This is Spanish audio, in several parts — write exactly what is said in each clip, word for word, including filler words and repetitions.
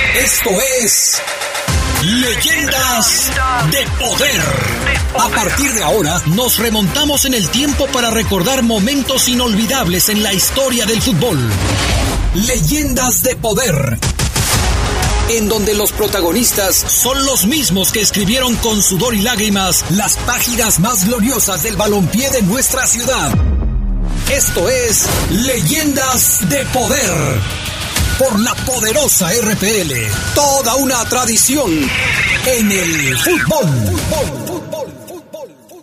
Esto es Leyendas de Poder. A partir de ahora nos remontamos en el tiempo para recordar momentos inolvidables en la historia del fútbol. Leyendas de Poder, en donde los protagonistas son los mismos que escribieron con sudor y lágrimas las páginas más gloriosas del balompié de nuestra ciudad. Esto es Leyendas de Poder, por la poderosa R P L. Toda una tradición en el fútbol. Fútbol, fútbol, fútbol, fútbol.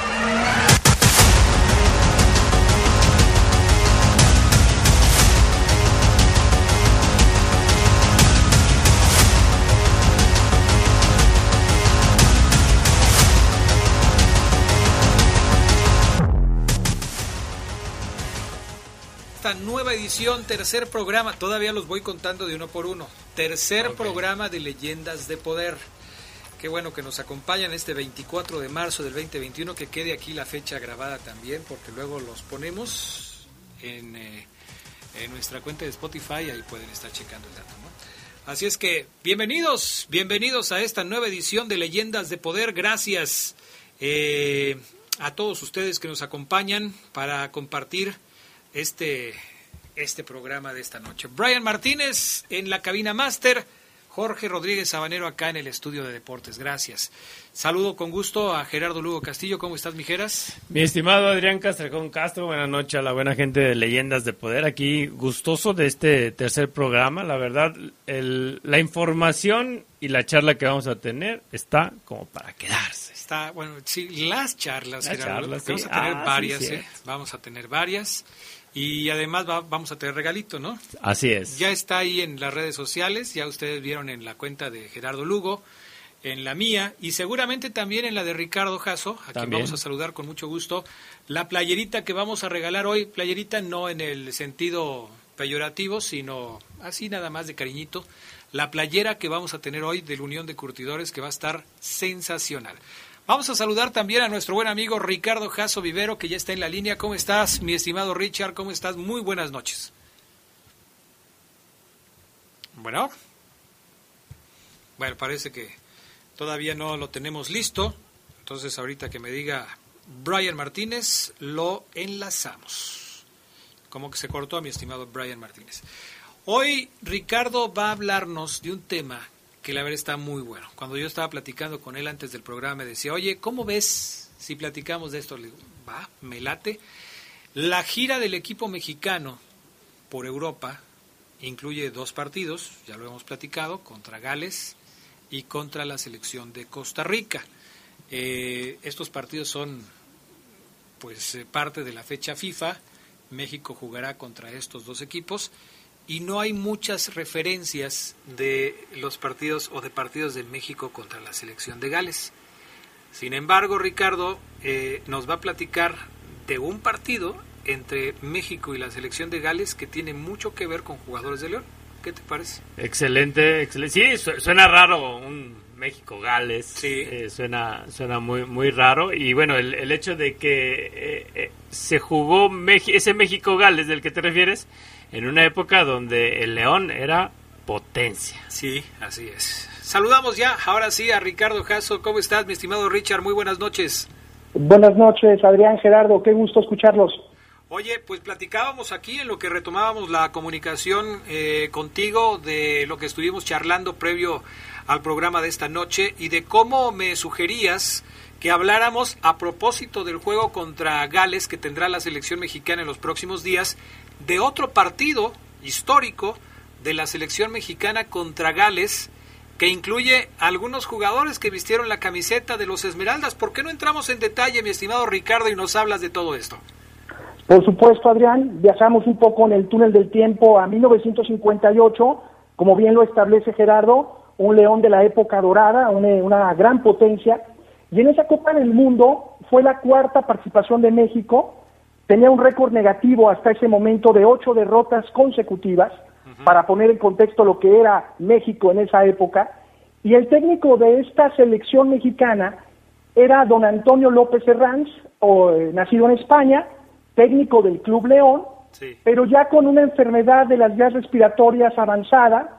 Esta nueva edición, tercer programa, todavía los voy contando de uno por uno, tercer okay. programa de Leyendas de Poder. Qué bueno que nos acompañan este veinticuatro de marzo del veinte veintiuno, que quede aquí la fecha grabada también, porque luego los ponemos en, eh, en nuestra cuenta de Spotify, ahí pueden estar checando el dato, ¿no? Así es que, bienvenidos, bienvenidos a esta nueva edición de Leyendas de Poder. Gracias eh, a todos ustedes que nos acompañan para compartir este, este programa de esta noche. Brian Martínez en la cabina máster, Jorge Rodríguez Sabanero acá en el estudio de deportes. Gracias. Saludo con gusto a Gerardo Lugo Castillo. ¿Cómo estás, Mijeras? Mi estimado Adrián Castrejón Castro, buenas noches a la buena gente de Leyendas de Poder. Aquí gustoso de este tercer programa. La verdad, el, la información y la charla que vamos a tener está como para quedarse. Está, bueno, sí, las charlas, las Gerardo. Charlas, vamos sí. a tener ah, varias, sí, sí. ¿eh? Vamos a tener varias. Y además va, vamos a tener regalito, ¿no? Así es. Ya está ahí en las redes sociales, ya ustedes vieron en la cuenta de Gerardo Lugo, en la mía, y seguramente también en la de Ricardo Jasso, a quien vamos a saludar con mucho gusto. La playerita que vamos a regalar hoy, playerita no en el sentido peyorativo, sino así nada más de cariñito. La playera que vamos a tener hoy de la Unión de Curtidores, que va a estar sensacional. Vamos a saludar también a nuestro buen amigo Ricardo Jasso Vivero, que ya está en la línea. ¿Cómo estás, mi estimado Richard? ¿Cómo estás? Muy buenas noches. Bueno. Bueno, parece que todavía no lo tenemos listo. Entonces, ahorita que me diga Brian Martínez, lo enlazamos. Como que se cortó a mi estimado Brian Martínez. Hoy Ricardo va a hablarnos de un tema que la verdad está muy bueno. Cuando yo estaba platicando con él antes del programa, me decía, oye, ¿cómo ves si platicamos de esto? Le digo, va, me late. La gira del equipo mexicano por Europa incluye dos partidos, ya lo hemos platicado, contra Gales y contra la selección de Costa Rica. Eh, estos partidos son pues parte de la fecha FIFA. México jugará contra estos dos equipos. Y no hay muchas referencias de los partidos o de partidos de México contra la selección de Gales. Sin embargo, Ricardo eh, nos va a platicar de un partido entre México y la selección de Gales que tiene mucho que ver con jugadores de León. ¿Qué te parece? Excelente, excelente. Sí, suena raro un México-Gales. Sí. Eh, suena suena muy muy raro. Y bueno, el, el hecho de que eh, eh, se jugó Mex- ese México-Gales del que te refieres en una época donde el León era potencia. Sí, así es. Saludamos ya, ahora sí, a Ricardo Jasso. ¿Cómo estás, mi estimado Richard? Muy buenas noches. Buenas noches, Adrián, Gerardo. Qué gusto escucharlos. Oye, pues platicábamos aquí en lo que retomábamos la comunicación eh, contigo de lo que estuvimos charlando previo al programa de esta noche y de cómo me sugerías que habláramos a propósito del juego contra Gales que tendrá la selección mexicana en los próximos días, de otro partido histórico de la selección mexicana contra Gales, que incluye algunos jugadores que vistieron la camiseta de los Esmeraldas. ¿Por qué no entramos en detalle, mi estimado Ricardo, y nos hablas de todo esto? Por supuesto, Adrián, viajamos un poco en el túnel del tiempo a mil novecientos cincuenta y ocho, como bien lo establece Gerardo, un León de la época dorada, una, una gran potencia, y en esa Copa del Mundo fue la cuarta participación de México. Tenía un récord negativo hasta ese momento de ocho derrotas consecutivas, uh-huh. para poner en contexto lo que era México en esa época, y el técnico de esta selección mexicana era don Antonio López Herranz, o, eh, nacido en España, técnico del Club León, sí. pero ya con una enfermedad de las vías respiratorias avanzada,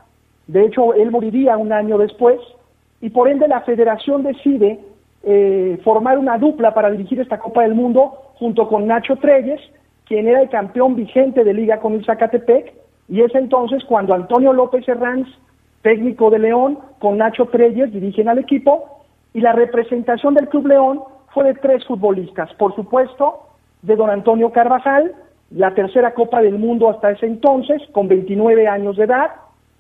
de hecho él moriría un año después, y por ende la federación decide eh, formar una dupla para dirigir esta Copa del Mundo junto con Nacho Treyes, quien era el campeón vigente de liga con el Zacatepec, y es entonces cuando Antonio López Herranz, técnico de León, con Nacho Treyes dirigen al equipo, y la representación del Club León fue de tres futbolistas, por supuesto, de don Antonio Carvajal, la tercera Copa del Mundo hasta ese entonces, con veintinueve años de edad,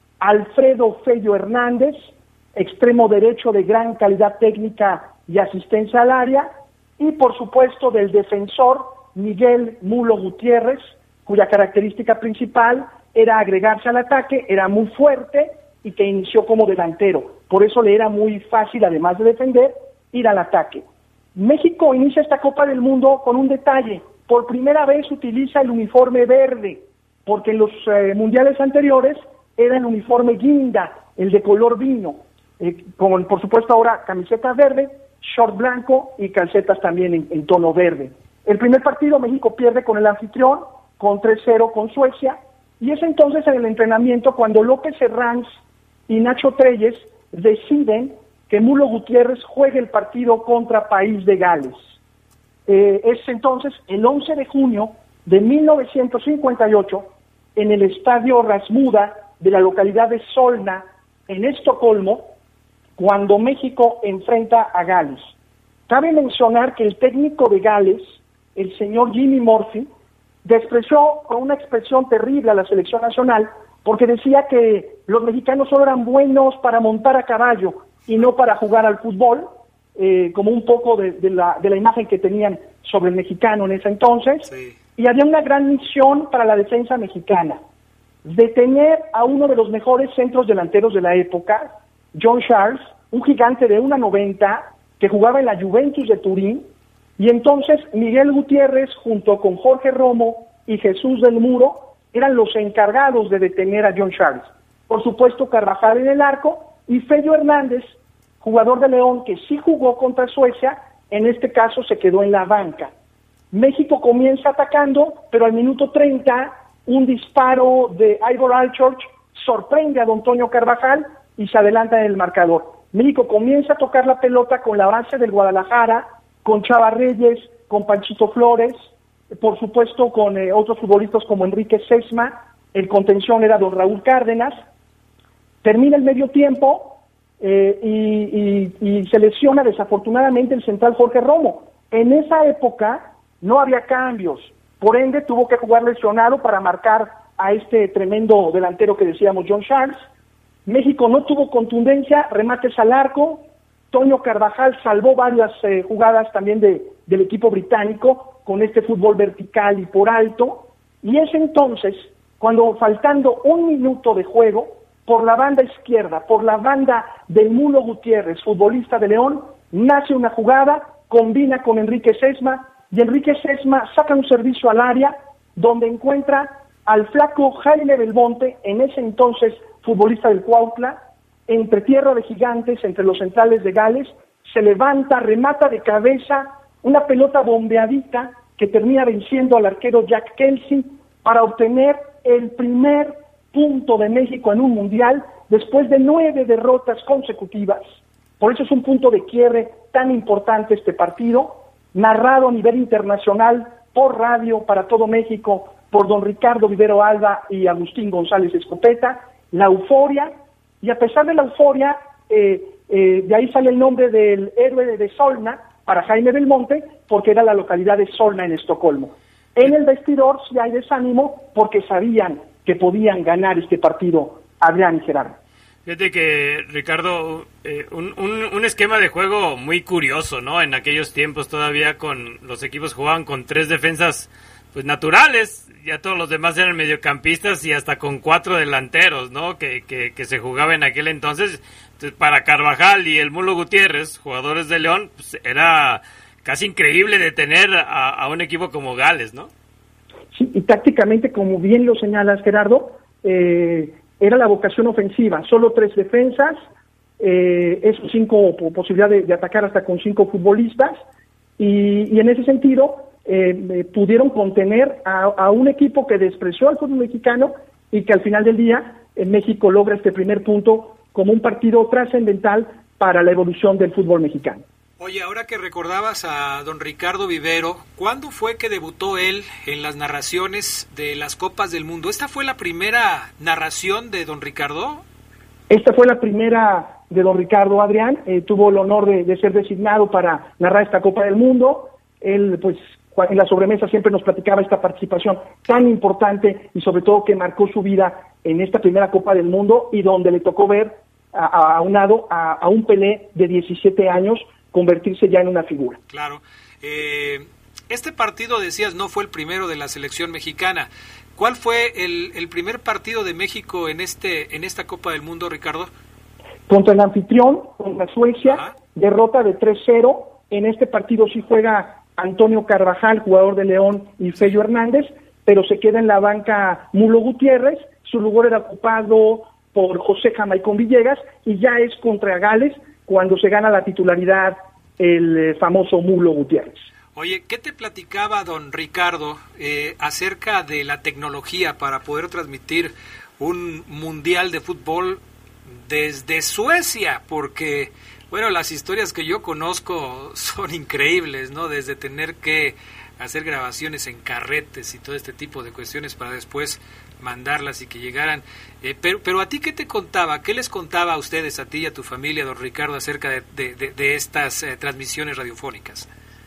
Alfredo Fello Hernández, extremo derecho de gran calidad técnica y asistencia al área, y por supuesto del defensor Miguel Mulo Gutiérrez, cuya característica principal era agregarse al ataque, era muy fuerte y que inició como delantero, por eso le era muy fácil, además de defender, ir al ataque. México inicia esta Copa del Mundo con un detalle: por primera vez utiliza el uniforme verde, porque en los eh, mundiales anteriores era el uniforme guinda, el de color vino, eh, como por supuesto ahora camiseta verde, short blanco y calcetas también en, en tono verde. El primer partido México pierde con el anfitrión, con tres cero con Suecia, y es entonces en el entrenamiento cuando López Herranz y Nacho Treyes deciden que Mulo Gutiérrez juegue el partido contra País de Gales. Eh, es entonces el once de junio de mil novecientos cincuenta y ocho en el Estadio Rasmuda de la localidad de Solna, en Estocolmo, cuando México enfrenta a Gales. Cabe mencionar que el técnico de Gales, el señor Jimmy Murphy, despreció con una expresión terrible a la selección nacional porque decía que los mexicanos solo eran buenos para montar a caballo y no para jugar al fútbol, eh, como un poco de, de, la, de la imagen que tenían sobre el mexicano en ese entonces, sí. Y había una gran misión para la defensa mexicana: detener a uno de los mejores centros delanteros de la época, John Charles, un gigante de uno noventa que jugaba en la Juventus de Turín, y entonces Miguel Gutiérrez junto con Jorge Romo y Jesús del Muro eran los encargados de detener a John Charles. Por supuesto Carvajal en el arco y Fello Hernández, jugador de León que sí jugó contra Suecia, en este caso se quedó en la banca. México comienza atacando, pero al minuto treinta un disparo de Ivor Alchurch sorprende a don Toño Carvajal y se adelanta en el marcador. México comienza a tocar la pelota con la base del Guadalajara, con Chava Reyes, con Panchito Flores, por supuesto con eh, otros futbolistas como Enrique Sesma, el contención era don Raúl Cárdenas. Termina el medio tiempo eh, y, y, y se lesiona desafortunadamente el central Jorge Romo. En esa época no había cambios, por ende tuvo que jugar lesionado para marcar a este tremendo delantero que decíamos, John Charles. México no tuvo contundencia, remates al arco. Toño Carvajal salvó varias eh, jugadas también de, del equipo británico con este fútbol vertical y por alto, y es entonces cuando, faltando un minuto de juego, por la banda izquierda, por la banda del Mulo Gutiérrez, futbolista de León, nace una jugada, combina con Enrique Sesma, y Enrique Sesma saca un servicio al área, donde encuentra al flaco Jaime Belmonte, en ese entonces futbolista del Cuautla, entre tierra de gigantes, entre los centrales de Gales, se levanta, remata de cabeza, una pelota bombeadita que termina venciendo al arquero Jack Kelsey para obtener el primer punto de México en un mundial después de nueve derrotas consecutivas. Por eso es un punto de quiebre tan importante este partido, narrado a nivel internacional por radio para todo México por don Ricardo Vivero Alba y Agustín González Escopeta. La euforia, y a pesar de la euforia, eh, eh, de ahí sale el nombre del héroe de Solna para Jaime Belmonte, porque era la localidad de Solna en Estocolmo. En el vestidor sí hay desánimo porque sabían que podían ganar este partido Adrián y Gerardo. Fíjate que, Ricardo, eh, un, un, un esquema de juego muy curioso, ¿no? En aquellos tiempos todavía con los equipos jugaban con tres defensas pues naturales, ya todos los demás eran mediocampistas y hasta con cuatro delanteros, ¿no? Que, que, que se jugaba en aquel entonces. Entonces, para Carvajal y el Mulo Gutiérrez, jugadores de León, pues era casi increíble detener a, a un equipo como Gales, ¿no? Sí, y tácticamente, como bien lo señalas, Gerardo, eh, era la vocación ofensiva, solo tres defensas, eh, esos cinco, posibilidad de, de atacar hasta con cinco futbolistas, y, y en ese sentido eh, eh, pudieron contener a, a un equipo que despreció al fútbol mexicano y que al final del día en México logra este primer punto como un partido trascendental para la evolución del fútbol mexicano. Oye, ahora que recordabas a don Ricardo Vivero, ¿cuándo fue que debutó él en las narraciones de las Copas del Mundo? ¿Esta fue la primera narración de don Ricardo? Esta fue la primera de don Ricardo, Adrián. Eh, tuvo el honor de, de ser designado para narrar esta Copa del Mundo. Él, pues, en la sobremesa siempre nos platicaba esta participación tan importante y sobre todo que marcó su vida en esta primera Copa del Mundo y donde le tocó ver a, a, aunado a, a un Pelé de diecisiete años convertirse ya en una figura. Claro. Eh, este partido, decías, no fue el primero de la selección mexicana. ¿Cuál fue el, el primer partido de México en este en esta Copa del Mundo, Ricardo? Contra el anfitrión, contra Suecia, Ajá. Derrota de tres cero. En este partido sí juega Antonio Carvajal, jugador de León, y Fello Hernández, pero se queda en la banca Mulo Gutiérrez. Su lugar era ocupado por José Jamaicón Villegas y ya es contra Gales cuando se gana la titularidad el eh, famoso Mulo Gutiérrez. Oye, ¿qué te platicaba don Ricardo eh, acerca de la tecnología para poder transmitir un mundial de fútbol desde Suecia? Porque, bueno, las historias que yo conozco son increíbles, ¿no? Desde tener que hacer grabaciones en carretes y todo este tipo de cuestiones para después mandarlas y que llegaran. Eh, pero, pero a ti, ¿qué te contaba? ¿Qué les contaba a ustedes, a ti y a tu familia, don Ricardo, acerca de, de, de, de estas eh, transmisiones radiofónicas?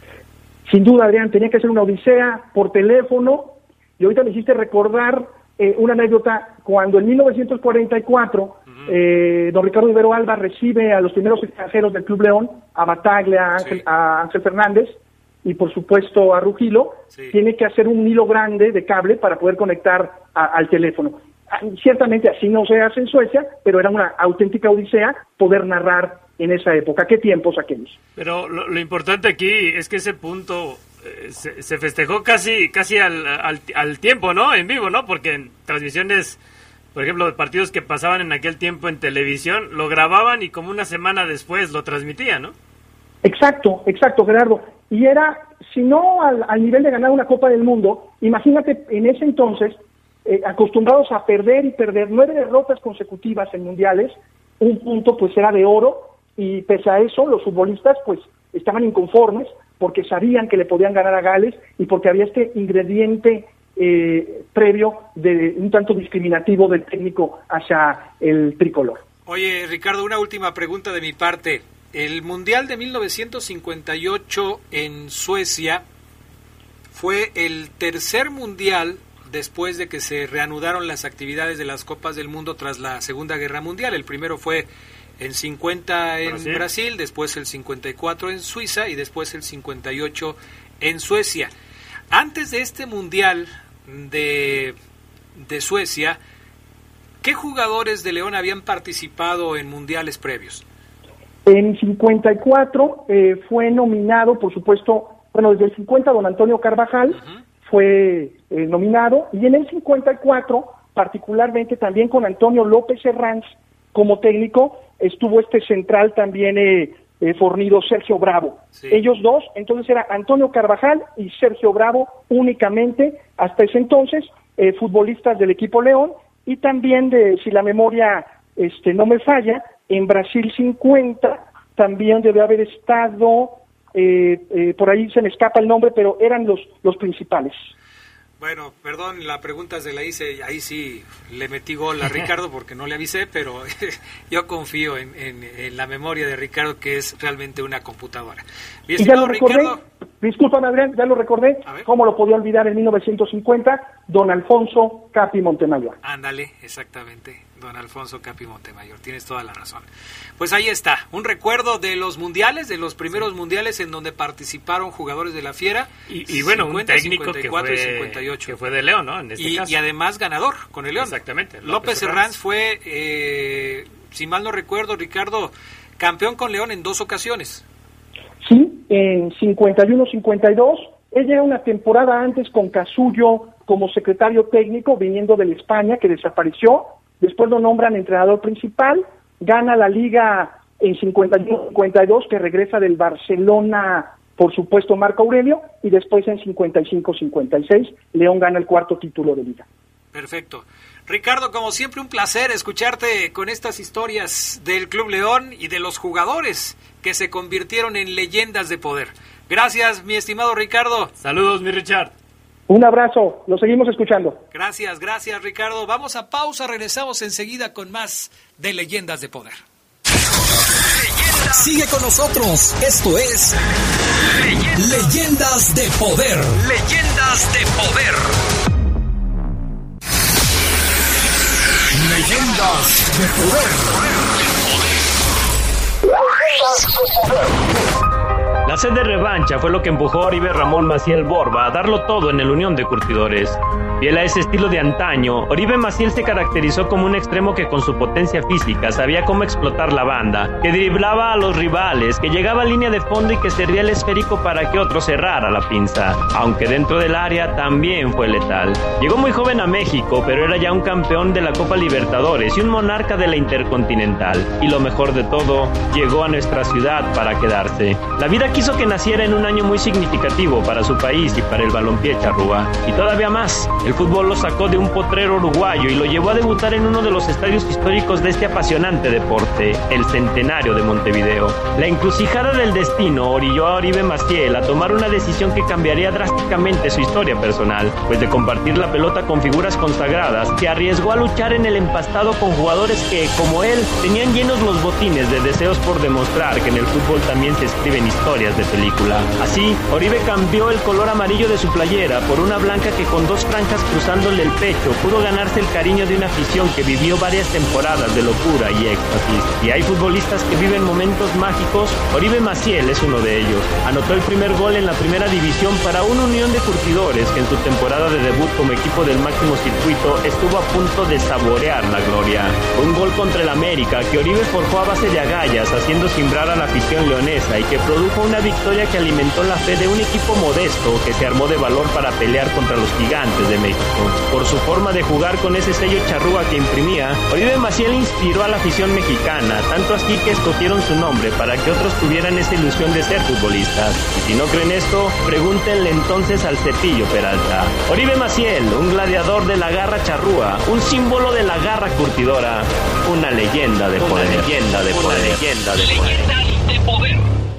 Sin duda, Adrián, tenía que hacer una odisea por teléfono y ahorita me hiciste recordar eh, una anécdota cuando en mil novecientos cuarenta y cuatro uh-huh. eh, don Ricardo Vivero Alba recibe a los primeros extranjeros del Club León, a Bataglia, a Ángel, sí. a Ángel Fernández y por supuesto a Rugilo, sí. Tiene que hacer un hilo grande de cable para poder conectar a, al teléfono. Ciertamente así no se hace en Suecia, pero era una auténtica odisea poder narrar en esa época. ¿Qué tiempos aquellos? Pero lo, lo importante aquí es que ese punto eh, se, se festejó casi casi al, al, al tiempo, ¿no? En vivo, ¿no? Porque en transmisiones, por ejemplo, de partidos que pasaban en aquel tiempo en televisión, lo grababan y como una semana después lo transmitían, ¿no? Exacto, exacto, Gerardo. Y era, si no al, al nivel de ganar una Copa del Mundo, imagínate en ese entonces, eh, acostumbrados a perder y perder nueve derrotas consecutivas en mundiales, un punto pues era de oro, y pese a eso los futbolistas pues estaban inconformes porque sabían que le podían ganar a Gales y porque había este ingrediente eh, previo de un tanto discriminativo del técnico hacia el tricolor. Oye, Ricardo, una última pregunta de mi parte. El Mundial de mil novecientos cincuenta y ocho en Suecia fue el tercer mundial después de que se reanudaron las actividades de las Copas del Mundo tras la Segunda Guerra Mundial. El primero fue en cincuenta en Brasil. Brasil, después el cincuenta y cuatro en Suiza y después el cincuenta y ocho en Suecia. Antes de este Mundial de, de Suecia, ¿qué jugadores de León habían participado en mundiales previos? En cincuenta y cuatro eh, fue nominado, por supuesto, bueno, desde el cincuenta don Antonio Carvajal uh-huh. fue eh, nominado, y en el cincuenta y cuatro, particularmente también con Antonio López Herranz como técnico, estuvo este central también eh, eh, fornido Sergio Bravo. Sí. Ellos dos, entonces era Antonio Carvajal y Sergio Bravo únicamente, hasta ese entonces, eh, futbolistas del equipo León, y también, de, si la memoria este, no me falla, en Brasil cincuenta también debe haber estado, eh, eh, por ahí se me escapa el nombre, pero eran los, los principales. Bueno, perdón, la pregunta se la hice, ahí sí le metí gol a Ricardo porque no le avisé, pero yo confío en, en, en la memoria de Ricardo, que es realmente una computadora. Y ya lo recordé, Ricardo, discúlpame Adrián, ya lo recordé, ¿cómo lo podía olvidar en mil novecientos cincuenta? Don Alfonso Capi Montemayor. Ándale, exactamente, don Alfonso Capi Montemayor, tienes toda la razón. Pues ahí está, un recuerdo de los mundiales, de los primeros sí. mundiales en donde participaron jugadores de la Fiera. Y, y bueno, cincuenta, un técnico que fue, cincuenta y ocho. que fue de León, ¿no? En este y, caso. y además ganador con el León. Exactamente. López, López Herranz fue, eh, si mal no recuerdo, Ricardo, campeón con León en dos ocasiones. Sí, en cincuenta y uno cincuenta y dos, él llega una temporada antes con Casullo como secretario técnico, viniendo de España, que desapareció, después lo nombran entrenador principal, gana la liga en cincuenta y uno cincuenta y dos, que regresa del Barcelona, por supuesto, Marco Aurelio, y después en cincuenta y cinco cincuenta y seis, León gana el cuarto título de liga. Perfecto. Ricardo, como siempre, un placer escucharte con estas historias del Club León y de los jugadores que se convirtieron en leyendas de poder. Gracias, mi estimado Ricardo. Saludos, mi Richard. Un abrazo, lo seguimos escuchando. Gracias, gracias, Ricardo. Vamos a pausa, regresamos enseguida con más de Leyendas de Poder. Sigue con nosotros, esto es Leyendas, Leyendas de Poder. Leyendas de Poder. Leyendas de Poder. La sed de revancha fue lo que empujó a Oribe Ramón Maciel Borba a darlo todo en el Unión de Curtidores. Fiel a ese estilo de antaño, Oribe Maciel se caracterizó como un extremo que con su potencia física sabía cómo explotar la banda, que driblaba a los rivales, que llegaba a línea de fondo y que servía el esférico para que otro cerrara la pinza. Aunque dentro del área también fue letal. Llegó muy joven a México, pero era ya un campeón de la Copa Libertadores y un monarca de la Intercontinental. Y lo mejor de todo, llegó a nuestra ciudad para quedarse. La vida quiso que naciera en un año muy significativo para su país y para el balompié charrúa. Y todavía más, el fútbol lo sacó de un potrero uruguayo y lo llevó a debutar en uno de los estadios históricos de este apasionante deporte, el Centenario de Montevideo. La encrucijada del destino orilló a Oribe Maciel a tomar una decisión que cambiaría drásticamente su historia personal, pues de compartir la pelota con figuras consagradas, se arriesgó a luchar en el empastado con jugadores que, como él, tenían llenos los botines de deseos por demostrar que en el fútbol también se escriben historias de película. Así, Oribe cambió el color amarillo de su playera por una blanca que con dos franjas cruzándole el pecho pudo ganarse el cariño de una afición que vivió varias temporadas de locura y éxtasis. Y hay futbolistas que viven momentos mágicos, Oribe Maciel es uno de ellos. Anotó el primer gol en la primera división para una Unión de Curtidores que en su temporada de debut como equipo del máximo circuito estuvo a punto de saborear la gloria. Un gol contra el América que Oribe forjó a base de agallas, haciendo cimbrar a la afición leonesa y que produjo una victoria que alimentó la fe de un equipo modesto que se armó de valor para pelear contra los gigantes de México. Por su forma de jugar con ese sello charrúa que imprimía, Oribe Maciel inspiró a la afición mexicana, tanto así que escogieron su nombre para que otros tuvieran esa ilusión de ser futbolistas. Y si no creen esto, pregúntenle entonces al Cepillo Peralta. Oribe Maciel, un gladiador de la garra charrúa, un símbolo de la garra curtidora, una leyenda de poder. Una leyenda de poder. Una leyenda de poder. Leyendas de Poder.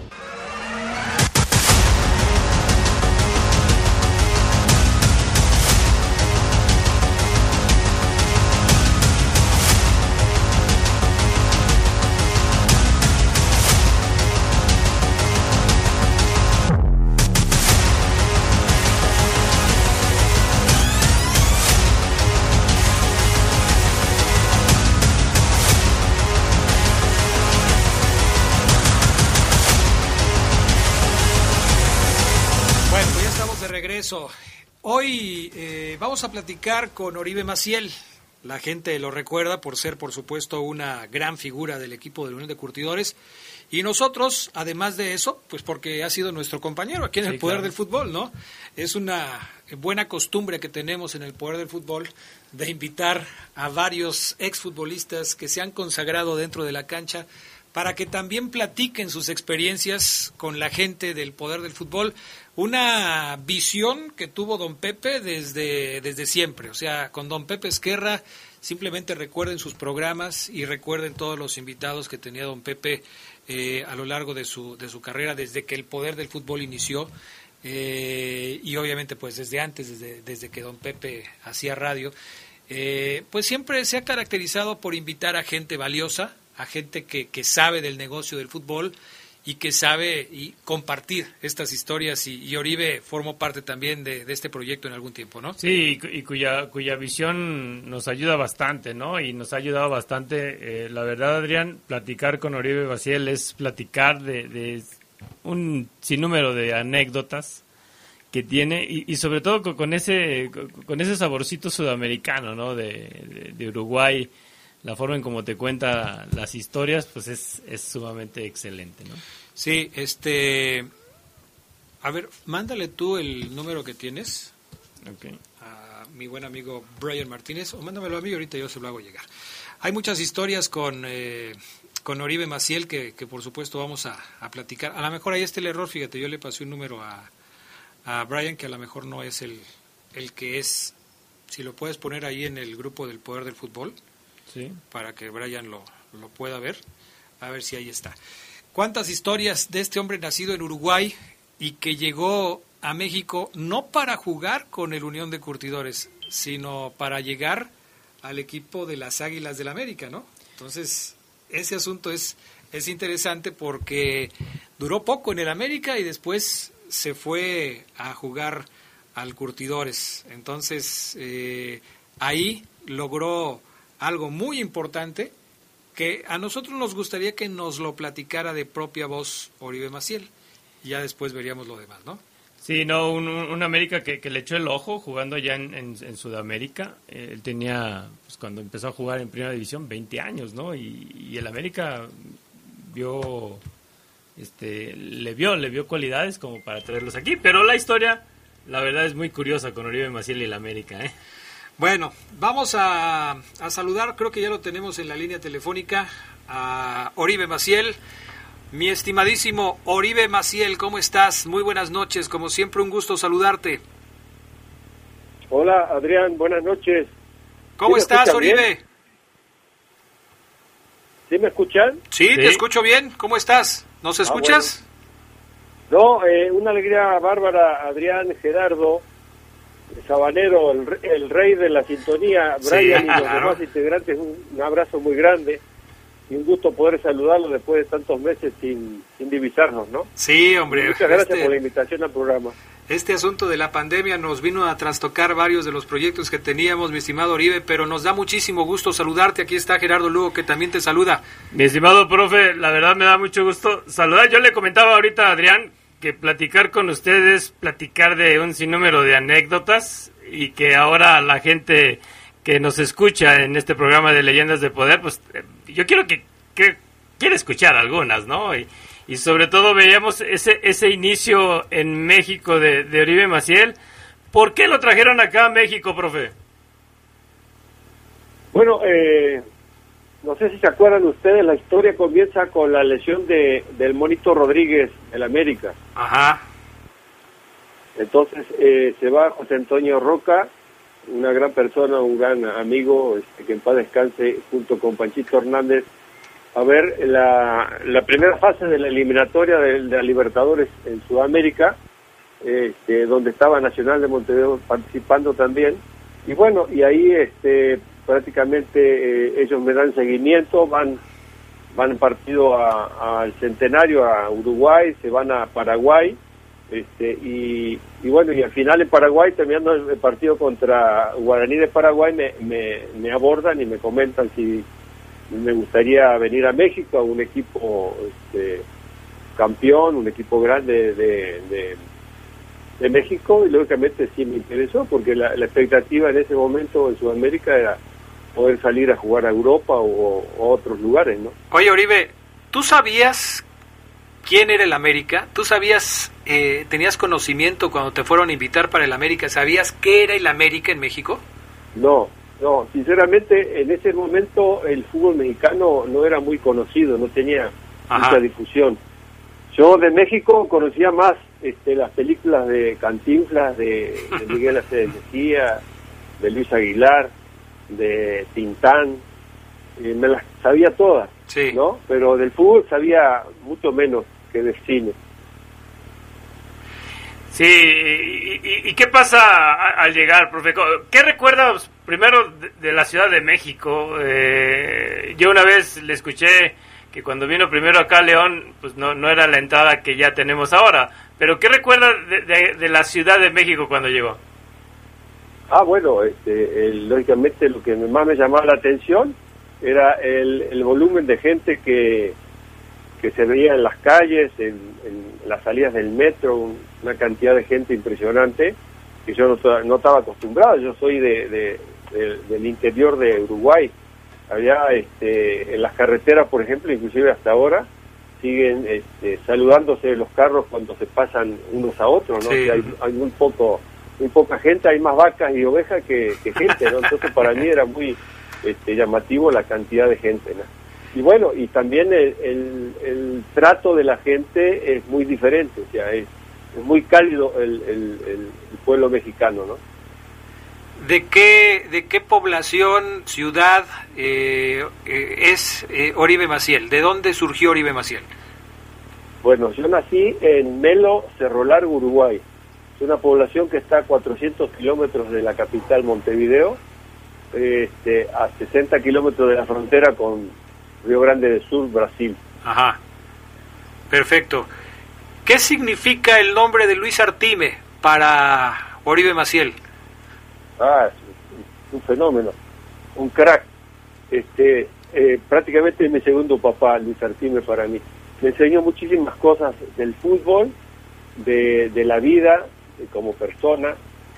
Eso. Hoy eh, vamos a platicar con Oribe Maciel. La gente lo recuerda por ser, por supuesto, una gran figura del equipo de la Unión de Curtidores. Y nosotros, además de eso, pues porque ha sido nuestro compañero aquí en sí, el Poder claro. del Fútbol, ¿no? Es una buena costumbre que tenemos en el Poder del Fútbol de invitar a varios exfutbolistas que se han consagrado dentro de la cancha para que también platiquen sus experiencias con la gente del Poder del Fútbol. Una visión que tuvo don Pepe desde, desde siempre. O sea, con don Pepe Esquerra, simplemente recuerden sus programas y recuerden todos los invitados que tenía don Pepe eh, a lo largo de su, de su carrera, desde que el Poder del Fútbol inició. Eh, y obviamente pues desde antes, desde, desde que don Pepe hacía radio. Eh, pues siempre se ha caracterizado por invitar a gente valiosa, a gente que, que sabe del negocio del fútbol y que sabe y compartir estas historias, y, y Oribe formó parte también de, de este proyecto en algún tiempo, ¿no? Sí, y, y cuya cuya visión nos ayuda bastante, ¿no? Y nos ha ayudado bastante. Eh, la verdad, Adrián, platicar con Oribe Maciel es platicar de, de un sinnúmero de anécdotas que tiene, y, y sobre todo con, con ese con ese saborcito sudamericano, ¿no? De, de, de Uruguay. La forma en cómo te cuenta las historias, pues es, es sumamente excelente, ¿no? Sí, este... A ver, mándale tú el número que tienes okay. a mi buen amigo Brian Martínez, o mándamelo a mí, ahorita yo se lo hago llegar. Hay muchas historias con, eh, con Oribe Maciel que, que por supuesto vamos a, a platicar. A lo mejor ahí está el error, fíjate, yo le pasé un número a, a Brian que a lo mejor no es el, el que es... Si lo puedes poner ahí en el grupo del Poder del Fútbol, Sí. para que Brian lo, lo pueda ver, a ver si ahí está. ¿Cuántas historias de este hombre nacido en Uruguay y que llegó a México no para jugar con el Unión de Curtidores, sino para llegar al equipo de las Águilas del América, ¿no? Entonces, ese asunto es, es interesante porque duró poco en el América y después se fue a jugar al Curtidores. Entonces, eh, ahí logró algo muy importante que a nosotros nos gustaría que nos lo platicara de propia voz Oribe Maciel. Y ya después veríamos lo demás, ¿no? Sí, no, un, un América que, que le echó el ojo jugando allá en, en, en Sudamérica. Eh, él tenía, pues cuando empezó a jugar en Primera División, veinte años, ¿no? Y, y el América vio, este, le vio, le vio cualidades como para traerlos aquí. Pero la historia, la verdad, es muy curiosa con Oribe Maciel y el América, ¿eh? Bueno, vamos a, a saludar, creo que ya lo tenemos en la línea telefónica, a Oribe Maciel. Mi estimadísimo Oribe Maciel, ¿cómo estás? Muy buenas noches, como siempre un gusto saludarte. Hola Adrián, buenas noches. ¿Cómo ¿Sí estás, Oribe? Bien? ¿Sí me escuchan? Sí, Sí. te escucho bien, ¿cómo estás? ¿Nos escuchas? Ah, bueno. No, eh, una alegría bárbara, Adrián, Gerardo, Sabanero, el, re- el rey de la sintonía, Sí, Brian y los claro. demás integrantes, un, un abrazo muy grande y un gusto poder saludarlos después de tantos meses sin, sin divisarnos, ¿no? Sí, hombre. Muchas gracias este- por la invitación al programa. Este asunto de la pandemia nos vino a trastocar varios de los proyectos que teníamos, mi estimado Oribe, pero nos da muchísimo gusto saludarte. Aquí está Gerardo Lugo, que también te saluda. Mi estimado profe, la verdad me da mucho gusto saludar. Yo le comentaba ahorita a Adrián que platicar con ustedes, platicar de un sinnúmero de anécdotas y que ahora la gente que nos escucha en este programa de Leyendas de Poder, pues eh, yo quiero que, que quiere escuchar algunas, ¿no? Y, y sobre todo veíamos ese ese inicio en México de, de Oribe Maciel. ¿Por qué lo trajeron acá a México, profe? Bueno, eh, no sé si se acuerdan ustedes, la historia comienza con la lesión de del Monito Rodríguez del América. Ajá. Entonces eh, se va José Antonio Roca, una gran persona, un gran amigo, este, que en paz descanse, junto con Panchito Hernández, a ver la, la primera fase de la eliminatoria de, de la Libertadores en Sudamérica, este, donde estaba Nacional de Montevideo participando también. Y bueno, y ahí este, prácticamente eh, ellos me dan seguimiento, van van partido a- al Centenario, a Uruguay, se van a Paraguay, este, y, y bueno, y al final en Paraguay, terminando el, el partido contra Guaraní de Paraguay, me, me, me abordan y me comentan si me gustaría venir a México, a un equipo este, campeón, un equipo grande de, de, de México, y lógicamente sí me interesó, porque la, la expectativa en ese momento en Sudamérica era poder salir a jugar a Europa o, o a otros lugares, ¿no? Oye, Oribe, ¿tú sabías quién era el América? ¿Tú sabías, eh, tenías conocimiento cuando te fueron a invitar para el América? ¿Sabías qué era el América en México? No, no, sinceramente en ese momento el fútbol mexicano no era muy conocido, no tenía Ajá. mucha difusión. Yo de México conocía más este, las películas de Cantinflas, de, de Miguel Aceves Mejía, de Luis Aguilar, de Tintán, eh, me las sabía todas, Sí. ¿no? Pero del fútbol sabía mucho menos que del cine. Sí, y, y- y qué pasa a- al llegar, profe? ¿Qué recuerdas primero de, de la Ciudad de México? Eh, yo una vez le escuché que cuando vino primero acá a León, pues no, no era la entrada que ya tenemos ahora. Pero ¿qué recuerda de, de- de la Ciudad de México cuando llegó? Ah, bueno, este, el- lógicamente lo que más me llamaba la atención era el, el volumen de gente que, que se veía en las calles, en, en las salidas del metro, un- una cantidad de gente impresionante que yo no, to- no estaba acostumbrado. Yo soy de, de- de- del interior de Uruguay. Allá este, en las carreteras, por ejemplo, inclusive hasta ahora, siguen este, saludándose los carros cuando se pasan unos a otros, ¿no? Sí. Que hay, hay muy poco, muy poca gente, hay más vacas y ovejas que, que gente, ¿no? Entonces para mí era muy este, llamativo la cantidad de gente, ¿no? Y bueno, y también el, el, el trato de la gente es muy diferente, o sea, es, es muy cálido el, el, el, el pueblo mexicano, ¿no? ¿De qué, de qué población, ciudad eh, eh, es eh, Oribe Maciel? ¿De dónde surgió Oribe Maciel? Bueno, yo nací en Melo, Cerro Largo, Uruguay. Es una población que está a cuatrocientos kilómetros de la capital, Montevideo, este, a sesenta kilómetros de la frontera con Río Grande del Sur, Brasil. Ajá, perfecto. ¿Qué significa el nombre de Luis Artime para Oribe Maciel? Ah, es un, un fenómeno, un crack. Este, eh, prácticamente es mi segundo papá, Luis Artime, para mí. Me enseñó muchísimas cosas del fútbol, de, de la vida, de como persona.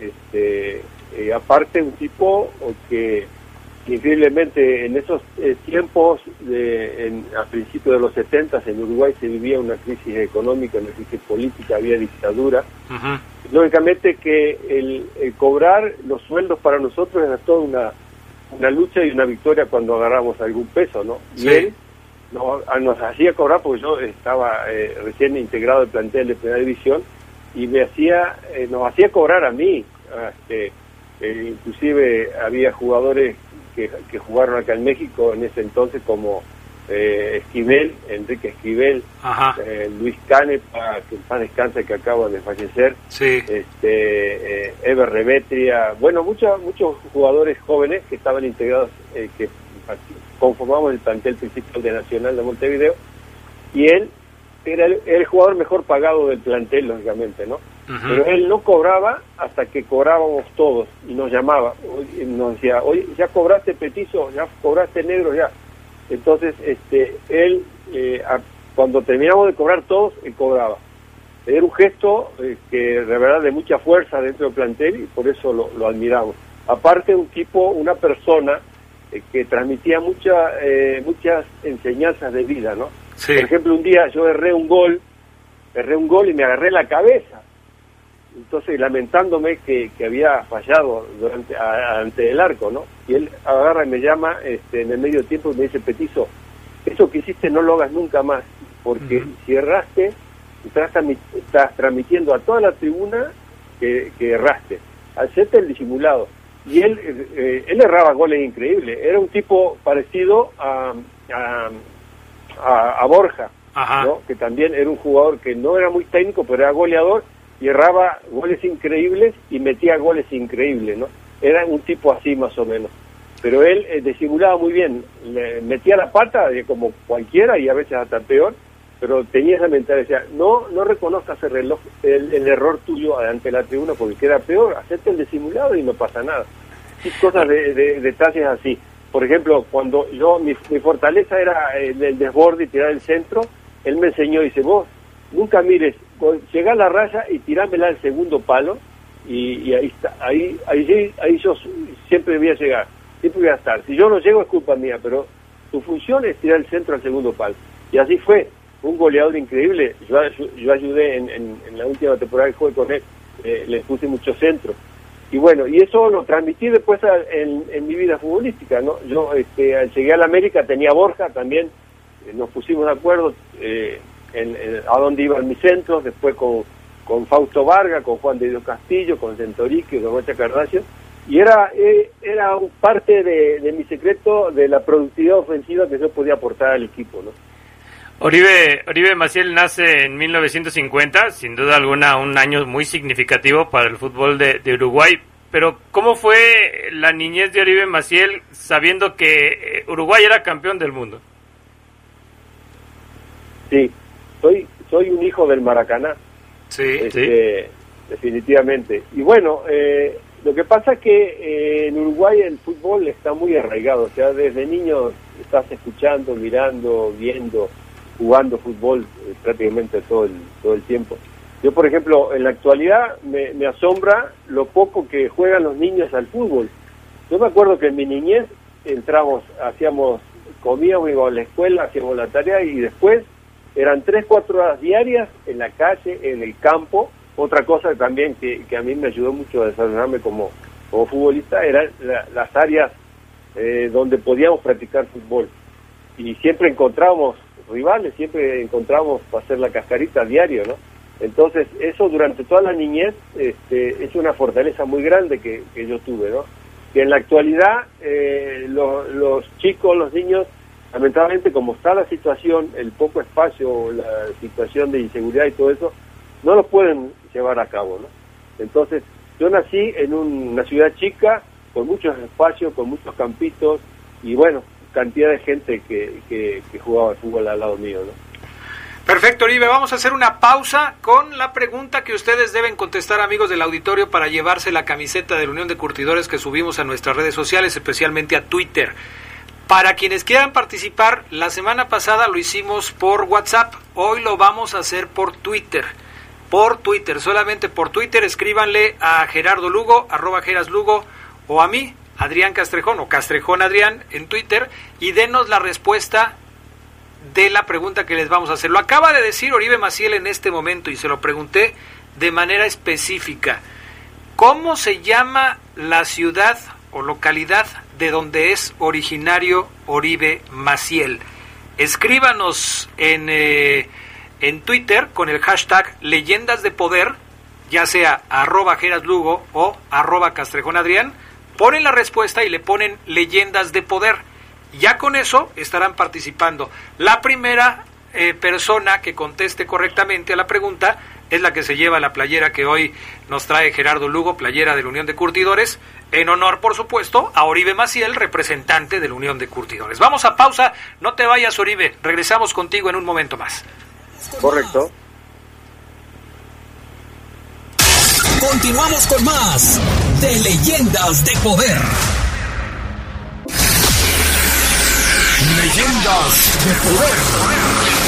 Este, eh, aparte, un tipo que increíblemente en esos eh, tiempos, de, en, a principios de los setenta, en Uruguay se vivía una crisis económica, una crisis política, había dictadura. Uh-huh. Lógicamente que el, el cobrar los sueldos para nosotros era toda una, una lucha y una victoria cuando agarramos algún peso, ¿no? Y sí. él nos, nos hacía cobrar, porque yo estaba eh, recién integrado al plantel de Primera División, y me hacía, eh, nos hacía cobrar a mí. Este, eh, inclusive había jugadores que, que jugaron acá en México en ese entonces, como eh, Esquivel, Enrique Esquivel, eh, Luis Canepa, que en paz descanse, que acaba de fallecer, sí. este, eh, Eber Revetria, bueno, muchos muchos jugadores jóvenes que estaban integrados, eh, que conformamos el plantel principal de Nacional de Montevideo, y él era el, el jugador mejor pagado del plantel, lógicamente, ¿no? Uh-huh. Pero él no cobraba hasta que cobrábamos todos, y nos llamaba, y nos decía, oye, ya cobraste petizo, ya cobraste negro, ya. Entonces, este, él, eh, a, cuando terminamos de cobrar todos, él cobraba. Era un gesto eh, que de verdad de mucha fuerza dentro del plantel, y por eso lo, lo admiramos. Aparte, un tipo, una persona eh, que transmitía mucha, eh, muchas enseñanzas de vida, ¿no? Sí. Por ejemplo, un día yo erré un gol, erré un gol y me agarré la cabeza. Entonces, lamentándome que, que había fallado durante a, ante el arco, ¿no? Y él agarra y me llama este, en el medio tiempo y me dice, Petizo, eso que hiciste no lo hagas nunca más, porque uh-huh. si erraste, estás, estás transmitiendo a toda la tribuna que, que erraste, hacerte el disimulado. Y él, eh, él erraba goles increíbles, era un tipo parecido a, a, a, a Borja, uh-huh. ¿no? Que también era un jugador que no era muy técnico, pero era goleador, y erraba goles increíbles y metía goles increíbles, ¿no? Era un tipo así más o menos. Pero él eh, disimulaba muy bien, le metía la pata eh, como cualquiera y a veces hasta peor, pero tenía esa mentalidad, decía, no no reconozcas el, reloj, el, el error tuyo ante la tribuna porque queda peor, hacerte el disimulado y no pasa nada. Y cosas de, de, detalles así. Por ejemplo, cuando yo, mi, mi fortaleza era el, el desborde y tirar el centro, él me enseñó, dice, vos nunca mires, llegá a la raya y tirámela al segundo palo, y, y ahí está, ahí, ahí ahí yo siempre voy a llegar, siempre voy a estar. Si yo no llego es culpa mía, pero tu función es tirar el centro al segundo palo. Y así fue, un goleador increíble. Yo, yo ayudé en, en, en la última temporada que jugué con él, eh, le puse mucho centro. Y bueno, y eso lo transmití después a, en, en mi vida futbolística, ¿no? Yo este, llegué a la América, tenía Borja también, eh, nos pusimos de acuerdo, eh, En, en, a dónde iban mis centros, después con, con Fausto Vargas, con Juan de Dios Castillo, con Centorique, con Rocha Cardasio, y era eh, era parte de, de mi secreto de la productividad ofensiva que yo podía aportar al equipo, ¿no? Oribe, Oribe Maciel nace en mil novecientos cincuenta, sin duda alguna un año muy significativo para el fútbol de, de Uruguay, pero ¿cómo fue la niñez de Oribe Maciel sabiendo que Uruguay era campeón del mundo? Sí. Soy soy un hijo del Maracaná, sí, este, sí. definitivamente. Y bueno, eh, lo que pasa es que eh, en Uruguay el fútbol está muy arraigado, o sea, desde niño estás escuchando, mirando, viendo, jugando fútbol eh, prácticamente todo el todo el tiempo. Yo, por ejemplo, en la actualidad me, me asombra lo poco que juegan los niños al fútbol. Yo me acuerdo que en mi niñez entramos, hacíamos, comíamos, íbamos a la escuela, hacíamos la tarea y después eran tres, cuatro horas diarias en la calle, en el campo. Otra cosa también que, que a mí me ayudó mucho a desarrollarme como, como futbolista eran la, las áreas eh, donde podíamos practicar fútbol. Y siempre encontrábamos rivales, siempre encontrábamos para hacer la cascarita a diario, ¿no? Entonces, eso durante toda la niñez este, es una fortaleza muy grande que, que yo tuve, ¿no? Que en la actualidad eh, los, los chicos, los niños, lamentablemente como está la situación, el poco espacio, la situación de inseguridad y todo eso, no lo pueden llevar a cabo, ¿no? Entonces, yo nací en un, una ciudad chica, con muchos espacios, con muchos campitos, y bueno, cantidad de gente que, que, que jugaba fútbol al lado mío, ¿no? Perfecto, Oribe, vamos a hacer una pausa con la pregunta que ustedes deben contestar, amigos del auditorio, para llevarse la camiseta de la Unión de Curtidores que subimos a nuestras redes sociales, especialmente a Twitter. Para quienes quieran participar, la semana pasada lo hicimos por WhatsApp, hoy lo vamos a hacer por Twitter. Por Twitter, solamente por Twitter, escríbanle a Gerardo Lugo, arroba Geras Lugo, o a mí, Adrián Castrejón, o Castrejón Adrián, en Twitter, y denos la respuesta de la pregunta que les vamos a hacer. Lo acaba de decir Oribe Maciel en este momento, y se lo pregunté de manera específica. ¿Cómo se llama la ciudad o localidad de donde es originario Oribe Maciel? Escríbanos en... Eh, en Twitter con el hashtag Leyendas de Poder, ya sea arroba Geras Lugo o arroba Castrejón Adrián, ponen la respuesta y le ponen Leyendas de Poder. Ya con eso estarán participando. La primera eh, persona que conteste correctamente a la pregunta es la que se lleva la playera que hoy nos trae Gerardo Lugo, playera de la Unión de Curtidores, en honor, por supuesto, a Oribe Maciel, representante de la Unión de Curtidores. Vamos a pausa, no te vayas, Oribe, regresamos contigo en un momento más. Correcto. Continuamos con más de Leyendas de Poder. Leyendas de Poder.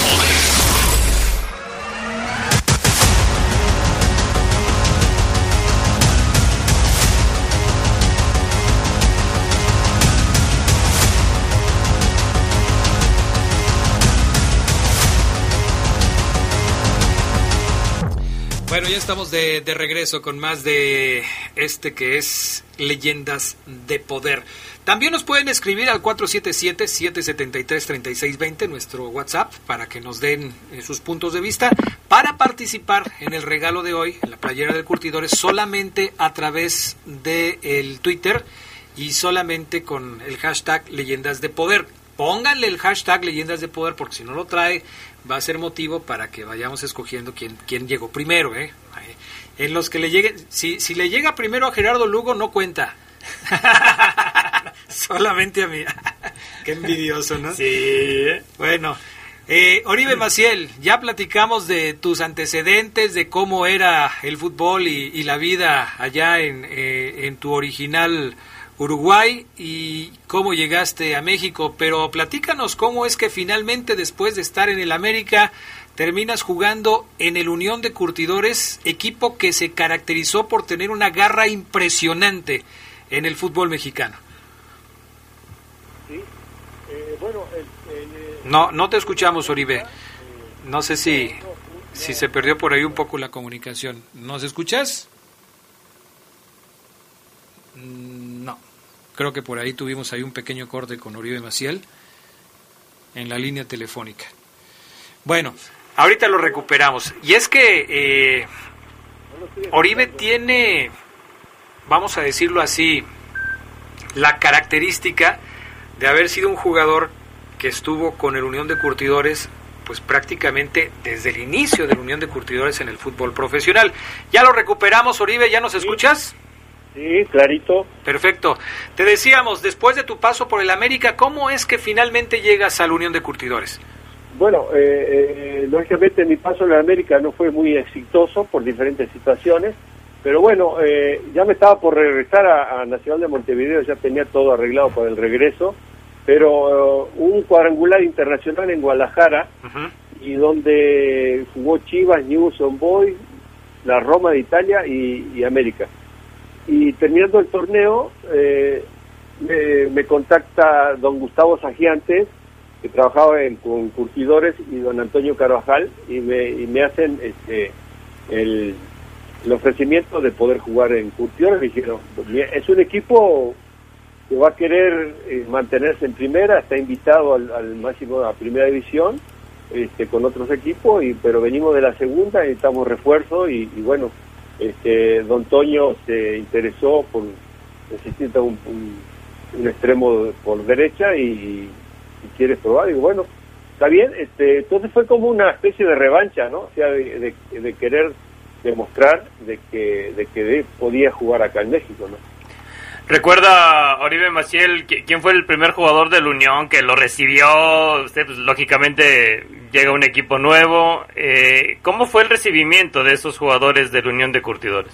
Bueno, ya estamos de, de regreso con más de este que es Leyendas de Poder. También nos pueden escribir al cuatro siete siete, siete siete tres, tres seis dos cero, nuestro WhatsApp, para que nos den eh, sus puntos de vista, para participar en el regalo de hoy, en la playera del Curtidores, solamente a través del Twitter y solamente con el hashtag Leyendas de Poder. Pónganle el hashtag Leyendas de Poder, porque si no lo trae, va a ser motivo para que vayamos escogiendo quién, quién llegó primero, ¿eh? En los que le lleguen, si, si le llega primero a Gerardo Lugo, no cuenta. Solamente a mí. Qué envidioso, ¿no? Sí. Bueno, eh, Oribe Maciel, ya platicamos de tus antecedentes, de cómo era el fútbol y, y la vida allá en, eh, en tu original Uruguay y cómo llegaste a México, pero platícanos cómo es que finalmente, después de estar en el América, terminas jugando en el Unión de Curtidores, equipo que se caracterizó por tener una garra impresionante en el fútbol mexicano. Sí, eh, bueno, el, el, no, no te escuchamos, Oribe. No sé si, si se perdió por ahí un poco la comunicación. ¿Nos escuchas? No. Creo que por ahí tuvimos ahí un pequeño corte con Oribe Maciel en la línea telefónica. Bueno, ahorita lo recuperamos. Y es que eh, Oribe tiene, vamos a decirlo así, la característica de haber sido un jugador que estuvo con el Unión de Curtidores pues prácticamente desde el inicio de la Unión de Curtidores en el fútbol profesional. Ya lo recuperamos, Oribe, ¿ya nos escuchas? Sí, clarito. Perfecto. Te decíamos, después de tu paso por el América, ¿cómo es que finalmente llegas a la Unión de Curtidores? Bueno, eh, eh, lógicamente mi paso en el América no fue muy exitoso por diferentes situaciones, pero bueno, eh, ya me estaba por regresar a, a Nacional de Montevideo, ya tenía todo arreglado para el regreso, pero uh, un cuadrangular internacional en Guadalajara, uh-huh. y donde jugó Chivas, Newell's Old Boys, la Roma de Italia y, y América. Y terminando el torneo, eh, me, me contacta don Gustavo Sagiantes, que trabajaba en, con Curtidores, y don Antonio Carvajal, y me, y me hacen este el, el ofrecimiento de poder jugar en Curtidores. Me dijeron, es un equipo que va a querer eh, mantenerse en primera, está invitado al, al máximo a primera división, este, con otros equipos, y pero venimos de la segunda, necesitamos refuerzo, y, y bueno, este, don Toño se interesó por, necesita un, un, un extremo por derecha y, y quiere probar, y digo, bueno, está bien, este, entonces fue como una especie de revancha, ¿no? O sea, de, de, de querer demostrar de que, de que podía jugar acá en México, ¿no? ¿Recuerda, Oribe Maciel, quién fue el primer jugador del Unión que lo recibió? Usted, pues, lógicamente, llega un equipo nuevo. Eh, ¿Cómo fue el recibimiento de esos jugadores del Unión de Curtidores?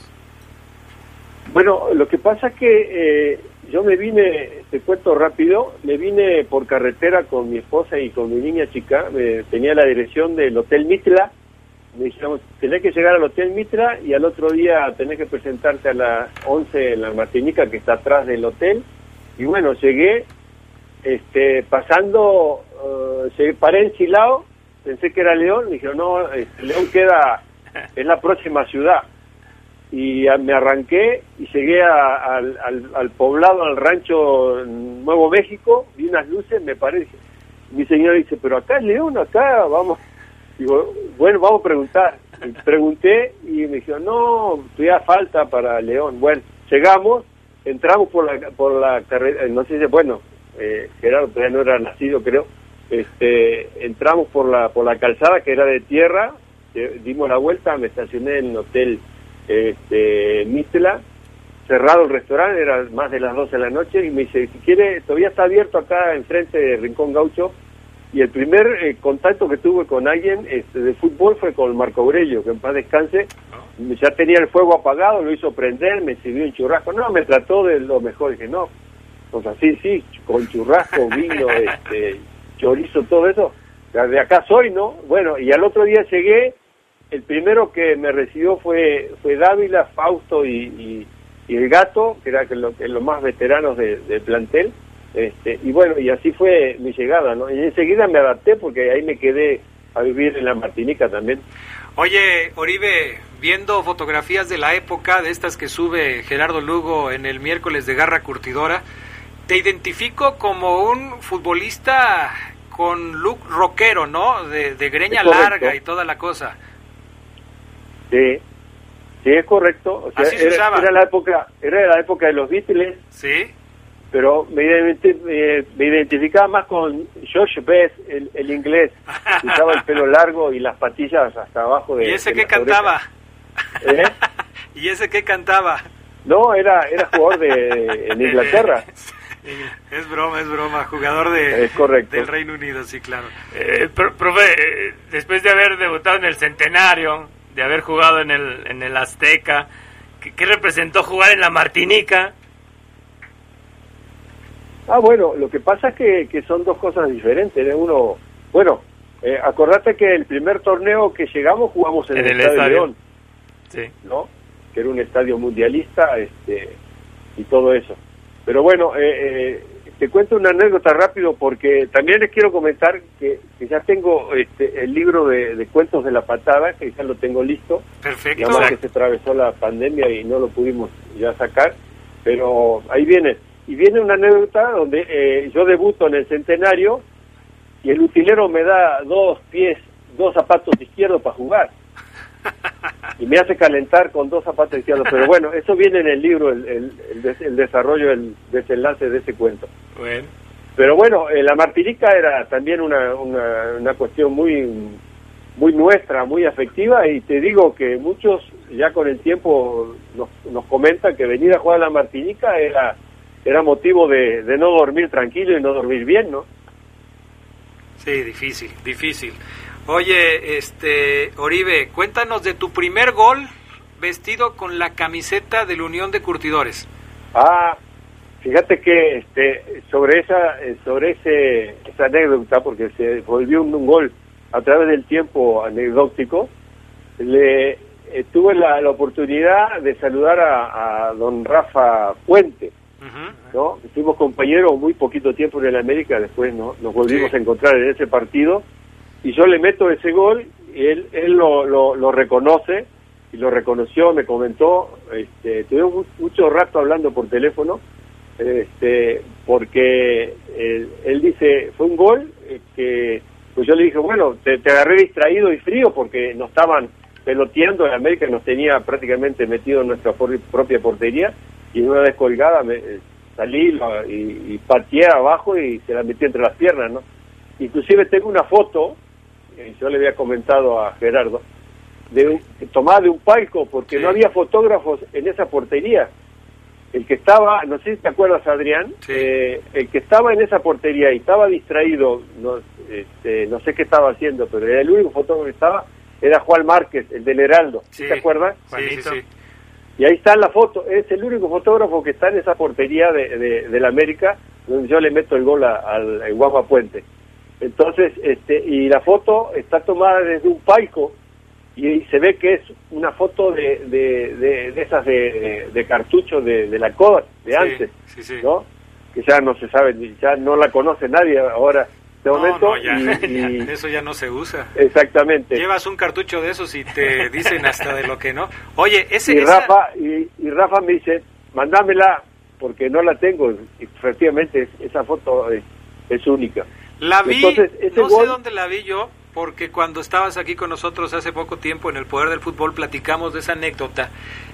Bueno, lo que pasa es que eh, yo me vine, te cuento rápido, me vine por carretera con mi esposa y con mi niña chica. Me, tenía la dirección del Hotel Mitla. Me dijeron, tenés que llegar al Hotel Mitra y al otro día tenés que presentarte a las once en la Martinica, que está atrás del hotel. Y bueno, llegué, este, pasando, uh, llegué, paré en Silao, pensé que era León, me dijeron, no, este, León queda, es la próxima ciudad. Y a, me arranqué y llegué a, al, al, al poblado, al rancho Nuevo México, vi unas luces, me paré, dije, mi señora dice, pero acá es León, acá vamos. Digo, bueno, vamos a preguntar. Y pregunté y me dijeron, no, todavía falta para León. Bueno, llegamos, entramos por la por la carrera, no sé si, bueno, eh, Gerardo todavía no era nacido, creo. Este, entramos por la por la calzada que era de tierra, eh, dimos la vuelta, me estacioné en el hotel este, Mistela, cerrado el restaurante, era más de las doce de la noche, y me dice, si quiere, todavía está abierto acá enfrente de Rincón Gaucho. Y el primer eh, contacto que tuve con alguien este, de fútbol fue con Marco Aurelio, que en paz descanse. Ya tenía el fuego apagado, lo hizo prender, me sirvió un churrasco. No, me trató de lo mejor. Dije, no, pues así, sí, con churrasco, vino, este, chorizo, todo eso. O sea, de acá soy, ¿no? Bueno, y al otro día llegué, el primero que me recibió fue fue Dávila, Fausto y, y, y el Gato, que eran lo, los más veteranos de, del plantel. Este, y bueno, y así fue mi llegada, ¿no? Y enseguida me adapté porque ahí me quedé a vivir en la Martinica también. Oye, Oribe, viendo fotografías de la época, de estas que sube Gerardo Lugo en el miércoles de Garra Curtidora, te identifico como un futbolista con look rockero, ¿no? De, de greña larga y toda la cosa. Sí, sí, es correcto. O sea, así se era, usaba. Era la época, era la época de los Beatles. Sí. Pero me, me, me identificaba más con Josh Best, el, el inglés, que usaba el pelo largo y las patillas hasta abajo de... ¿Y ese de qué cantaba? ¿Eh? ¿Y ese qué cantaba? No, era era jugador de en Inglaterra. Es broma, es broma, jugador de es correcto. del Reino Unido, sí, claro. Eh, pro, profe, eh, después de haber debutado en el Centenario, de haber jugado en el, en el Azteca, ¿qué, qué representó jugar en la Martinica? Ah, bueno, lo que pasa es que, que son dos cosas diferentes. ¿eh? Uno, bueno, eh, acordate que el primer torneo que llegamos jugamos en, en el, el Estadio, estadio León, sí, ¿no? Que era un estadio mundialista, este, y todo eso. Pero bueno, eh, eh, te cuento una anécdota rápido porque también les quiero comentar que, que ya tengo este, el libro de, de cuentos de la patada, que ya lo tengo listo. Perfecto. Nada más que se atravesó la pandemia y no lo pudimos ya sacar, pero ahí viene. Y viene una anécdota donde eh, yo debuto en el Centenario y el utilero me da dos pies, dos zapatos izquierdos para jugar. Y me hace calentar con dos zapatos izquierdos. Pero bueno, eso viene en el libro, el, el, el, des, el desarrollo, el desenlace de ese cuento. Bueno. Pero bueno, eh, la Martinica era también una, una, una cuestión muy, muy nuestra, muy afectiva. Y te digo que muchos ya con el tiempo nos, nos comentan que venir a jugar a la Martinica era... era motivo de, de no dormir tranquilo y no dormir bien, ¿no? Sí, difícil, difícil. Oye, este, Oribe, cuéntanos de tu primer gol vestido con la camiseta del Unión de Curtidores. Ah, fíjate que este, sobre esa sobre ese esa anécdota, porque se volvió un, un gol a través del tiempo anecdótico, le eh, tuve la, la oportunidad de saludar a, a don Rafa Puente. ¿No? Fuimos compañeros muy poquito tiempo en el América, después ¿no? nos volvimos sí. a encontrar en ese partido y yo le meto ese gol y él él lo, lo, lo reconoce y lo reconoció, me comentó, este, tuvimos mucho rato hablando por teléfono, este, porque él, él dice, fue un gol que pues yo le dije, bueno, te, te agarré distraído y frío porque nos estaban peloteando, en América nos tenía prácticamente metido en nuestra por, propia portería, y una vez colgada me, salí la, y, y pateé abajo y se la metí entre las piernas, ¿no? Inclusive tengo una foto, eh, yo le había comentado a Gerardo, de un, tomada de un palco, porque sí. no había fotógrafos en esa portería. El que estaba, no sé si te acuerdas, Adrián, sí. eh, el que estaba en esa portería y estaba distraído, no, este, no sé qué estaba haciendo, pero era el único fotógrafo que estaba, era Juan Márquez, el del Heraldo, sí. ¿te acuerdas? Sí, sí, sí. Y ahí está la foto, es el único fotógrafo que está en esa portería de, de, de la América, donde yo le meto el gol a, al, al Guapa Puente. Entonces, este, y la foto está tomada desde un palco, y se ve que es una foto de de, de, de esas de, de, de cartucho de, de la Kodak de sí, antes, sí, sí. ¿no? Que ya no se sabe, ya no la conoce nadie ahora, de no, momento. No, ya, y, y... eso ya no se usa. Exactamente. Llevas un cartucho de esos y te dicen hasta de lo que no. Oye, ese... Y esa... Rafa, y, y Rafa me dice, mándamela, porque no la tengo, y efectivamente esa foto es, es única. La vi, Entonces, ese no gol... sé dónde la vi yo, porque cuando estabas aquí con nosotros hace poco tiempo en El Poder del Fútbol platicamos de esa anécdota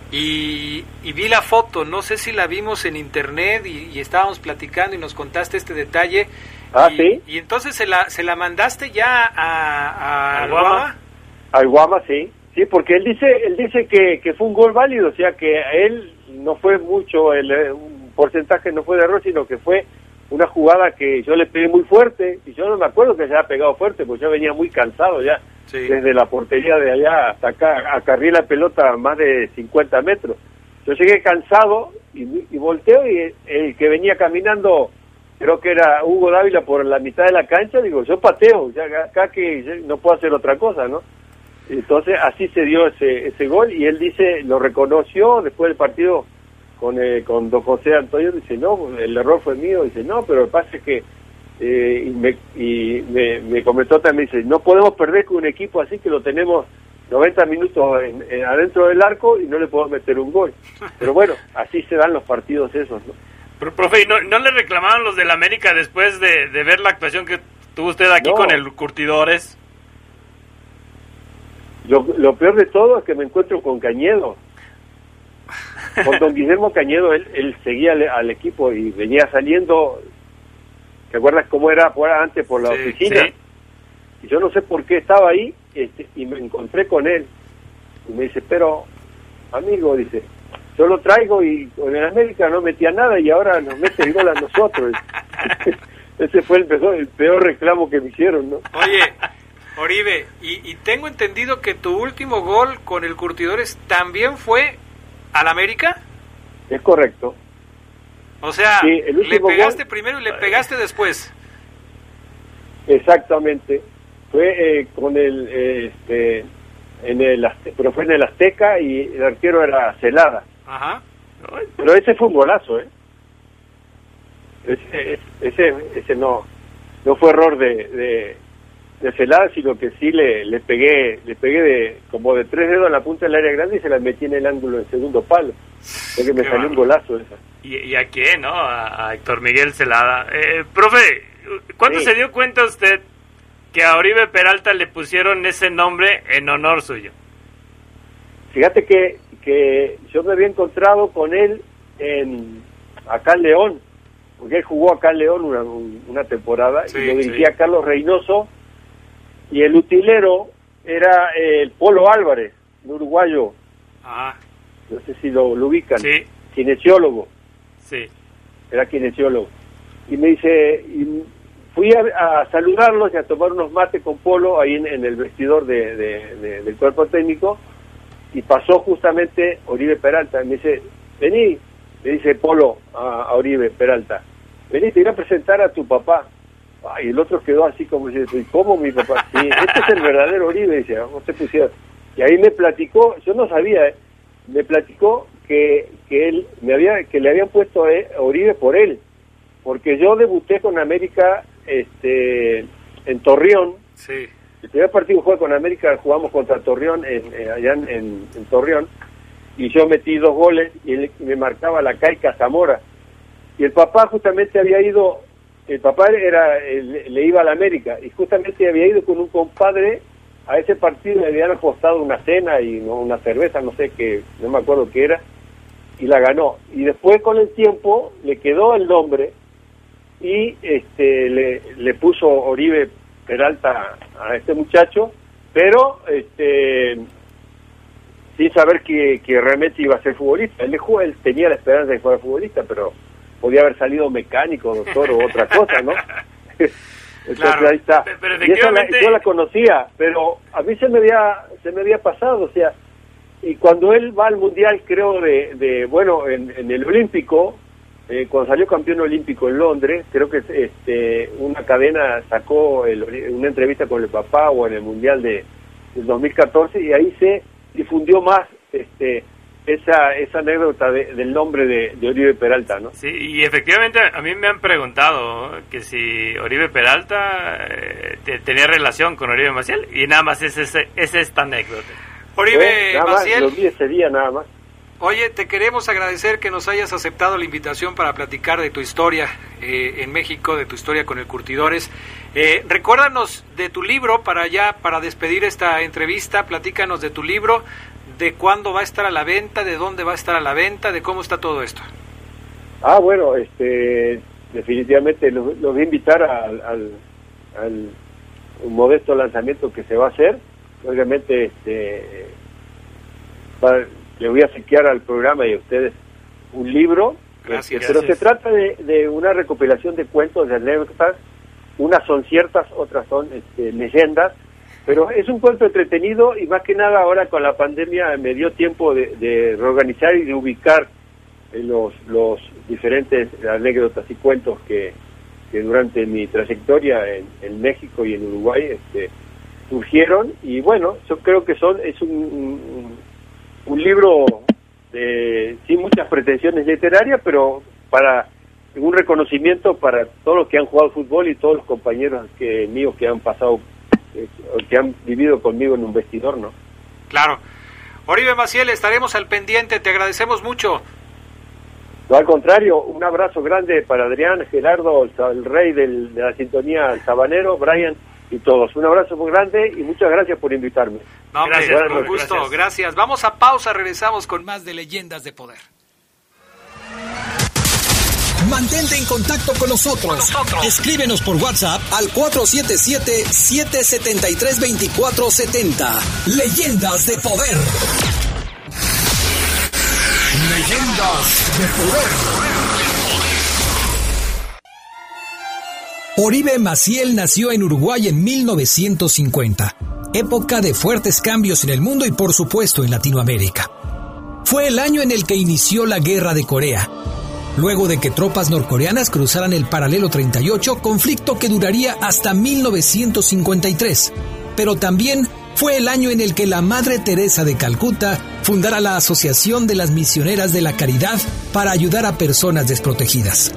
y, y vi la foto, no sé si la vimos en internet y, y estábamos platicando y nos contaste este detalle. Ah, y, sí. Y entonces se la se la mandaste ya a, a, ¿Al Guama? Al Guama, sí. Sí, porque él dice él dice que, que fue un gol válido, o sea que a él no fue mucho, el, un porcentaje no fue de error, sino que fue una jugada que yo le pegué muy fuerte, y yo no me acuerdo que se haya pegado fuerte, porque yo venía muy cansado ya, sí. desde la portería de allá hasta acá, acarrié la pelota a más de cincuenta metros. Yo llegué cansado y, y volteo, y el, el que venía caminando, creo que era Hugo Dávila, por la mitad de la cancha, digo, yo pateo, ya acá que no puedo hacer otra cosa, ¿no? Entonces así se dio ese, ese gol, y él dice, lo reconoció después del partido, con eh, con don José Antonio, dice, no, el error fue mío, dice, no, pero lo que pasa es que, eh, y, me, y me, me comentó también, dice, no podemos perder con un equipo así que lo tenemos noventa minutos en, en, adentro del arco y no le podemos meter un gol. Pero bueno, así se dan los partidos esos, ¿no? Pero, profe, ¿no, no le reclamaron los del América después de, de ver la actuación que tuvo usted aquí no. con el Curtidores? Lo, lo peor de todo es que me encuentro con Cañedo. Con don Guillermo Cañedo, él, él seguía al, al equipo y venía saliendo, ¿te acuerdas cómo era por antes por la sí, oficina? Sí. Y yo no sé por qué estaba ahí, este, y me encontré con él. Y me dice, pero, amigo, dice, yo lo traigo y en el América no metía nada y ahora nos mete el gol a nosotros. Ese fue el peor, el peor reclamo que me hicieron, ¿no? Oye, Oribe, y, y tengo entendido que tu último gol con el Curtidores también fue ¿al América? Es correcto. O sea, sí, le pegaste gol, primero y le pegaste después. Exactamente. Fue eh, con el, eh, este, en el, pero fue en el Azteca y el arquero era Celada. Ajá. Pero ese fue un golazo, ¿eh? Ese, ese, ese no, no fue error de, de, de Celada, sino que sí le, le pegué, le pegué de como de tres dedos en la punta del área grande y se la metí en el ángulo del segundo palo. Fue que me salió un golazo esa. ¿Y, y a quién, no? A, a Héctor Miguel Celada. Eh, profe, ¿cuándo sí. se dio cuenta usted que a Oribe Peralta le pusieron ese nombre en honor suyo? Fíjate que, que yo me había encontrado con él en acá en León, porque él jugó acá en León una, una temporada, sí, y lo dirigía sí. Carlos Reynoso, y el utilero era el Polo Álvarez, un uruguayo. Ajá. No sé si lo, lo ubican. Sí. Kinesiólogo. Sí. Era kinesiólogo. Y me dice, y fui a, a saludarlos y a tomar unos mates con Polo ahí en, en el vestidor de, de, de, del cuerpo técnico, y pasó justamente Oribe Peralta. Y me dice, vení, le dice Polo a, a Oribe Peralta, vení, te voy a presentar a tu papá. Ay, el otro quedó así como diciendo, ¿y cómo mi papá? Sí, este es el verdadero Oribe, dice, no se pusieron. Y ahí me platicó, yo no sabía, ¿eh? me platicó que que él me había que le habían puesto a Oribe por él, porque yo debuté con América este en Torreón. Sí. El primer partido que jugué con América, jugamos contra Torreón en, en, allá en, en, en Torreón, y yo metí dos goles y él me marcaba la Caica Zamora. Y el papá justamente había ido el papá era le, le iba a la América y justamente había ido con un compadre a ese partido, le habían apostado una cena y no, una cerveza, no sé qué, no me acuerdo qué era, y la ganó. Y después con el tiempo le quedó el nombre y este le, le puso Oribe Peralta a este muchacho, pero este sin saber que, que realmente iba a ser futbolista. Él, jugó, él tenía la esperanza de que fuera futbolista, pero podía haber salido mecánico, doctor, o otra cosa, ¿no? Entonces claro, ahí está. Pero efectivamente... Y esa la, yo la conocía, pero a mí se me había se me había pasado, o sea, y cuando él va al Mundial, creo, de, de bueno, en, en el Olímpico, eh, cuando salió campeón olímpico en Londres, creo que este una cadena sacó el, una entrevista con el papá o en el Mundial de del dos mil catorce, y ahí se difundió más este esa esa anécdota de, del nombre de, de Oribe Peralta, ¿no? Sí, y efectivamente a mí me han preguntado que si Oribe Peralta eh, te, tenía relación con Oribe Maciel, y nada más es, ese, es esta anécdota. Oribe eh, nada Maciel, más, lo vi ese día nada más. Oye, te queremos agradecer que nos hayas aceptado la invitación para platicar de tu historia eh, en México, de tu historia con el Curtidores. Eh, recuérdanos de tu libro para ya, para despedir esta entrevista, platícanos de tu libro, de cuándo va a estar a la venta, de dónde va a estar a la venta, de cómo está todo esto. Ah, bueno, este, definitivamente los, los voy a invitar al, al, al un modesto lanzamiento que se va a hacer. Obviamente, este, para, le voy a sequear al programa y a ustedes un libro. Gracias, este, pero gracias. se trata de, de una recopilación de cuentos, de anécdotas. Unas son ciertas, otras son este, leyendas. Pero es un cuento entretenido y más que nada ahora con la pandemia me dio tiempo de, de reorganizar y de ubicar los los diferentes anécdotas y cuentos que, que durante mi trayectoria en, en México y en Uruguay este, surgieron. Y bueno, yo creo que son es un, un, un libro de, sin muchas pretensiones literarias, pero para un reconocimiento para todos los que han jugado fútbol y todos los compañeros que míos que han pasado, que han vivido conmigo en un vestidor, ¿no? Claro. Oribe Maciel, estaremos al pendiente, te agradecemos mucho. No, al contrario, un abrazo grande para Adrián, Gerardo, el rey del, de la sintonía, el sabanero, Brian y todos. Un abrazo muy grande y muchas gracias por invitarme. No, hombre, gracias, con gusto, gracias. gracias. Vamos a pausa, regresamos con más de Leyendas de Poder. Mantente en contacto con nosotros. Con nosotros. Escríbenos por WhatsApp al cuatro siete siete, siete siete tres, dos cuatro siete cero. Leyendas de Poder. Leyendas de Poder. Oribe Maciel nació en Uruguay en mil novecientos cincuenta, época de fuertes cambios en el mundo y por supuesto en Latinoamérica. Fue el año en el que inició la Guerra de Corea, luego de que tropas norcoreanas cruzaran el paralelo treinta y ocho, conflicto que duraría hasta mil novecientos cincuenta y tres. Pero también fue el año en el que la Madre Teresa de Calcuta fundara la Asociación de las Misioneras de la Caridad para ayudar a personas desprotegidas.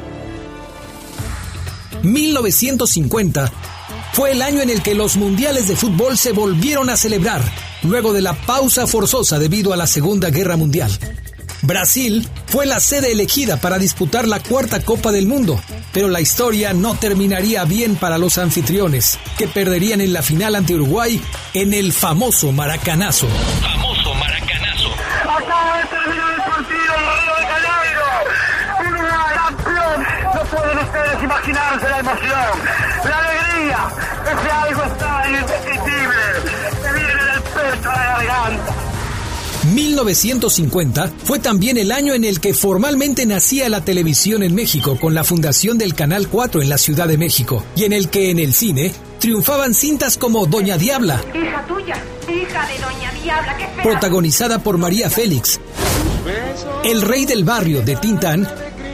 mil novecientos cincuenta fue el año en el que los mundiales de fútbol se volvieron a celebrar, luego de la pausa forzosa debido a la Segunda Guerra Mundial. Brasil fue la sede elegida para disputar la cuarta Copa del Mundo, pero la historia no terminaría bien para los anfitriones, que perderían en la final ante Uruguay en el famoso Maracanazo. Famoso Maracanazo. Acaba de terminar el partido en Río de Janeiro. Uruguay campeón. No pueden ustedes imaginarse la emoción, la alegría. Ese algo está indescriptible. Se viene del pecho a la garganta. mil novecientos cincuenta fue también el año en el que formalmente nacía la televisión en México con la fundación del Canal cuatro en la Ciudad de México, y en el que en el cine triunfaban cintas como Doña Diabla, hija tuya, hija de Doña Diabla, ¿qué protagonizada por María Félix, El Rey del Barrio de Tintán,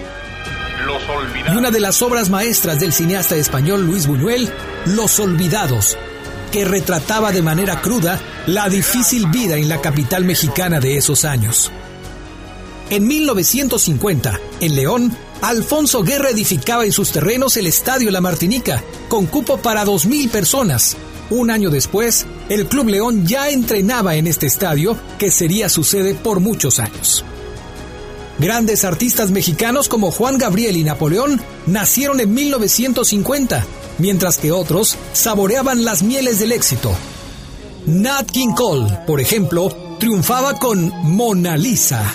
y una de las obras maestras del cineasta español Luis Buñuel, Los Olvidados, que retrataba de manera cruda la difícil vida en la capital mexicana de esos años. En mil novecientos cincuenta, en León, Alfonso Guerra edificaba en sus terrenos el Estadio La Martinica, con cupo para dos mil personas. Un año después, el Club León ya entrenaba en este estadio, que sería su sede por muchos años. Grandes artistas mexicanos como Juan Gabriel y Napoleón nacieron en mil novecientos cincuenta, mientras que otros saboreaban las mieles del éxito. Nat King Cole, por ejemplo, triunfaba con Mona Lisa.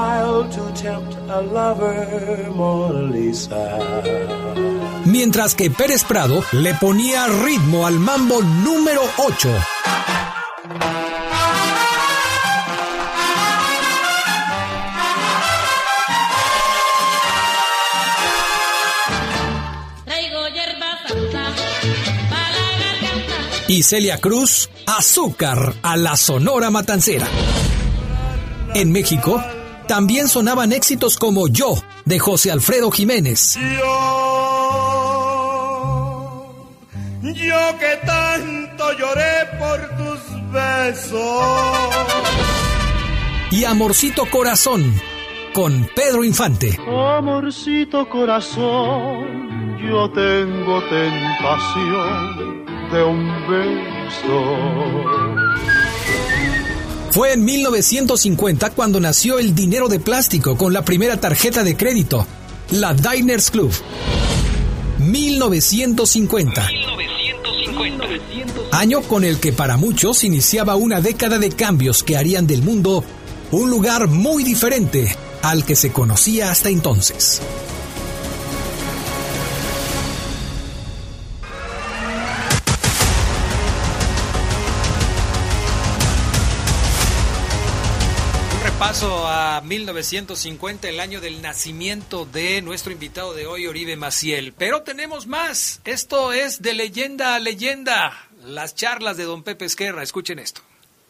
Mientras que Pérez Prado le ponía ritmo al mambo número ocho. Y Celia Cruz, azúcar a la Sonora Matancera. En México, también sonaban éxitos como Yo, de José Alfredo Jiménez. Yo, yo que tanto lloré por tus besos. Y Amorcito Corazón, con Pedro Infante. Amorcito corazón, yo tengo tentación de un beso. Fue en mil novecientos cincuenta cuando nació el dinero de plástico con la primera tarjeta de crédito, la Diners Club. mil novecientos cincuenta. Año con el que para muchos iniciaba una década de cambios que harían del mundo un lugar muy diferente al que se conocía hasta entonces. Paso a mil novecientos cincuenta, el año del nacimiento de nuestro invitado de hoy, Oribe Maciel. Pero tenemos más. Esto es de leyenda a leyenda. Las charlas de don Pepe Esquerra. Escuchen esto.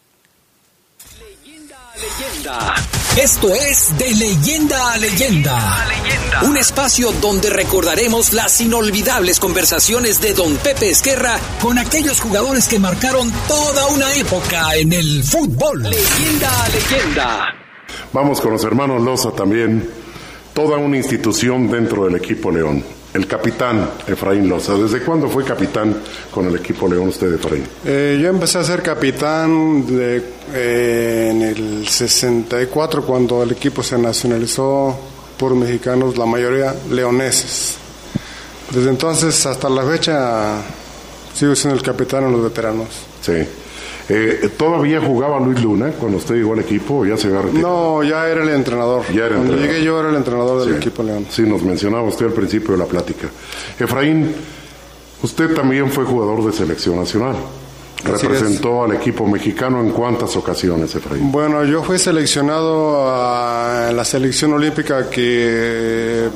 Leyenda a leyenda. Esto es de leyenda a leyenda. leyenda. Un espacio donde recordaremos las inolvidables conversaciones de don Pepe Esquerra con aquellos jugadores que marcaron toda una época en el fútbol. Leyenda a leyenda. Vamos con los hermanos Loza también, toda una institución dentro del equipo León. El capitán Efraín Loza. ¿Desde cuándo fue capitán con el equipo León usted, Efraín? Eh, yo empecé a ser capitán de, eh, en el sesenta y cuatro, cuando el equipo se nacionalizó por mexicanos, la mayoría leoneses. Desde entonces hasta la fecha sigo siendo el capitán en los veteranos. Sí. Eh, ¿Todavía jugaba Luis Luna cuando usted llegó al equipo o ya se había retirado? No, ya era el entrenador. Ya era cuando entrenador. llegué yo era el entrenador del Sí. equipo León. Sí, nos mencionaba usted al principio de la plática. Efraín, usted también fue jugador de selección nacional. Así Representó al equipo mexicano en cuántas ocasiones, Efraín. Bueno, yo fui seleccionado a la selección olímpica que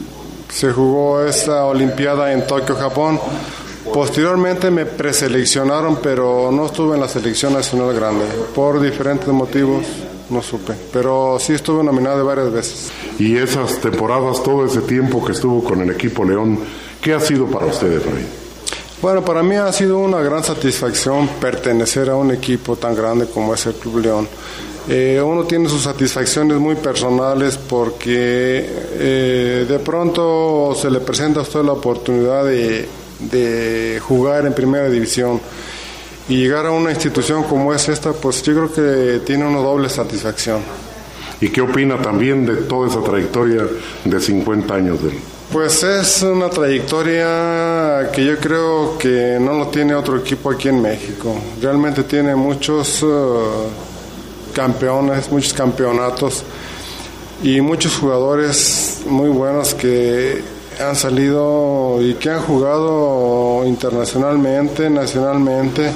se jugó esta olimpiada en Tokio, Japón. Posteriormente me preseleccionaron, pero no estuve en la selección nacional grande. Por diferentes motivos no supe, pero sí estuve nominado varias veces. Y esas temporadas, todo ese tiempo que estuvo con el equipo León, ¿qué ha sido para usted, Efraín? Bueno, para mí ha sido una gran satisfacción pertenecer a un equipo tan grande como es el Club León. Eh, uno tiene sus satisfacciones muy personales porque eh, de pronto se le presenta a usted la oportunidad de, de jugar en primera división y llegar a una institución como es esta, pues yo creo que tiene una doble satisfacción. ¿Y qué opina también de toda esa trayectoria de cincuenta años de él? Pues es una trayectoria que yo creo que no lo tiene otro equipo aquí en México. Realmente tiene muchos uh, campeones, muchos campeonatos y muchos jugadores muy buenos que han salido y que han jugado internacionalmente, nacionalmente.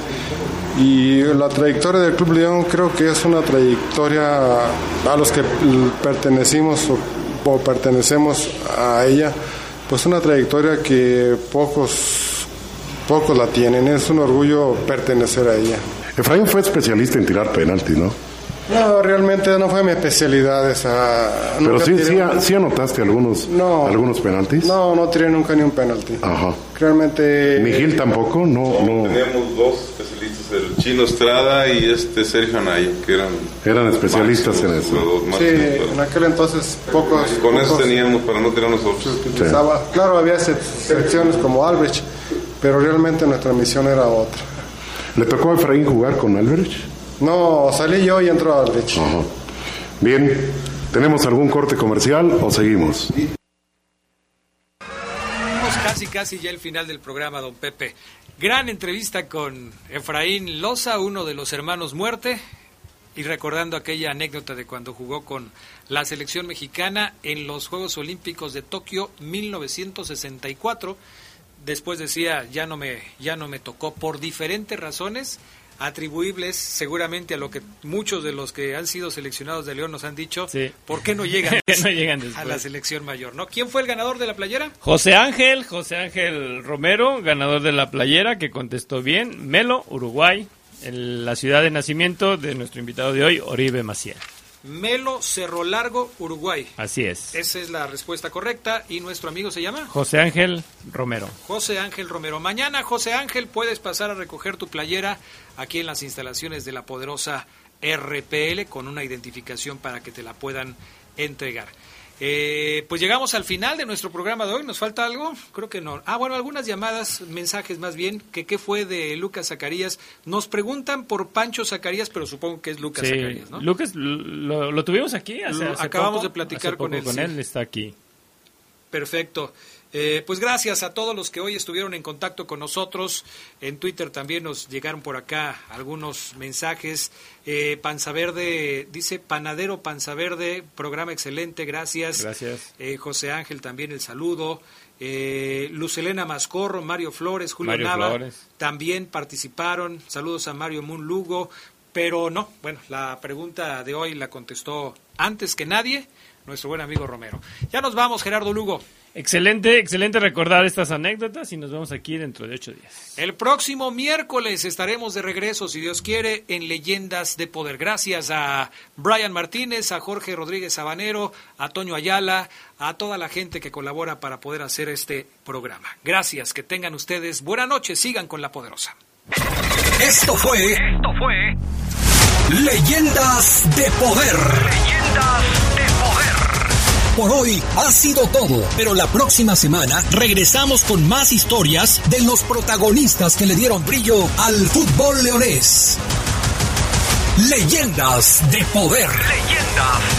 Y la trayectoria del Club León creo que es una trayectoria a los que pertenecimos o, o pertenecemos a ella, pues una trayectoria que pocos pocos la tienen. Es un orgullo pertenecer a ella. Efraín fue especialista en tirar penalti, ¿no? No, realmente no fue mi especialidad esa. Pero sí, sí, un... sí anotaste algunos, no, algunos penaltis. No, no tiré nunca ni un penalti. Ajá. Realmente. ¿Ni Gil tampoco? No, no, no. Teníamos dos especialistas, el Chino Estrada y este Sergio Anaya, que eran eran especialistas en eso. Sí, en aquel entonces pocos. Con pocos eso teníamos para no tirar nosotros. Se utilizaba. Sí. Claro, había secciones como Albrecht, pero realmente nuestra misión era otra. ¿Le tocó a Efraín jugar con Albrecht? No, salí yo y entró Albrecht. Ajá. Bien, ¿Tenemos algún corte comercial o seguimos? Casi, casi ya el final del programa, don Pepe. Gran entrevista con Efraín Loza, uno de los hermanos Muerte, y recordando aquella anécdota de cuando jugó con la selección mexicana en los Juegos Olímpicos de Tokio mil novecientos sesenta y cuatro. Después decía, ya no me, ya no me tocó por diferentes razones, atribuibles seguramente a lo que muchos de los que han sido seleccionados de León nos han dicho, sí. ¿Por qué no llegan, no llegan a la selección mayor? ¿No? ¿Quién fue el ganador de la playera? José Ángel, José Ángel Romero, ganador de la playera, que contestó bien. Melo, Uruguay, en la ciudad de nacimiento de nuestro invitado de hoy, Oribe Maciel. Melo, Cerro Largo, Uruguay. Así es. Esa es la respuesta correcta. ¿Y nuestro amigo se llama? José Ángel Romero. José Ángel Romero. Mañana, José Ángel, puedes pasar a recoger tu playera aquí en las instalaciones de la poderosa R P L con una identificación para que te la puedan entregar. Eh, pues llegamos al final de nuestro programa de hoy. ¿Nos falta algo? Creo que no. Ah, bueno, algunas llamadas, mensajes más bien, que qué fue de Lucas Zacarías. Nos preguntan por Pancho Zacarías, pero supongo que es Lucas sí, Zacarías, ¿no? Lucas, lo, lo tuvimos aquí hace, hace Acabamos poco, de platicar con él. Con sí. él está aquí. Perfecto. Eh, pues gracias a todos los que hoy estuvieron en contacto con nosotros. En Twitter también nos llegaron por acá algunos mensajes. Eh, Panza Verde dice, Panadero Panza Verde, programa excelente, gracias. Gracias. Eh, José Ángel también el saludo. Eh, Lucelena Mascorro, Mario Flores, Julio Mario Nava Flores. También participaron. Saludos a Mario Moon Lugo. Pero no, bueno, la pregunta de hoy la contestó antes que nadie nuestro buen amigo Romero. Ya nos vamos, Gerardo Lugo. Excelente, excelente recordar estas anécdotas y nos vemos aquí dentro de ocho días. El próximo miércoles estaremos de regreso, si Dios quiere, en Leyendas de Poder. Gracias a Brian Martínez, a Jorge Rodríguez Sabanero, a Toño Ayala, a toda la gente que colabora para poder hacer este programa. Gracias, que tengan ustedes buena noche, sigan con La Poderosa. Esto fue... Esto fue... Leyendas de Poder. Leyendas de Poder. Por hoy ha sido todo, pero la próxima semana regresamos con más historias de los protagonistas que le dieron brillo al fútbol leonés. Leyendas de Poder. Leyendas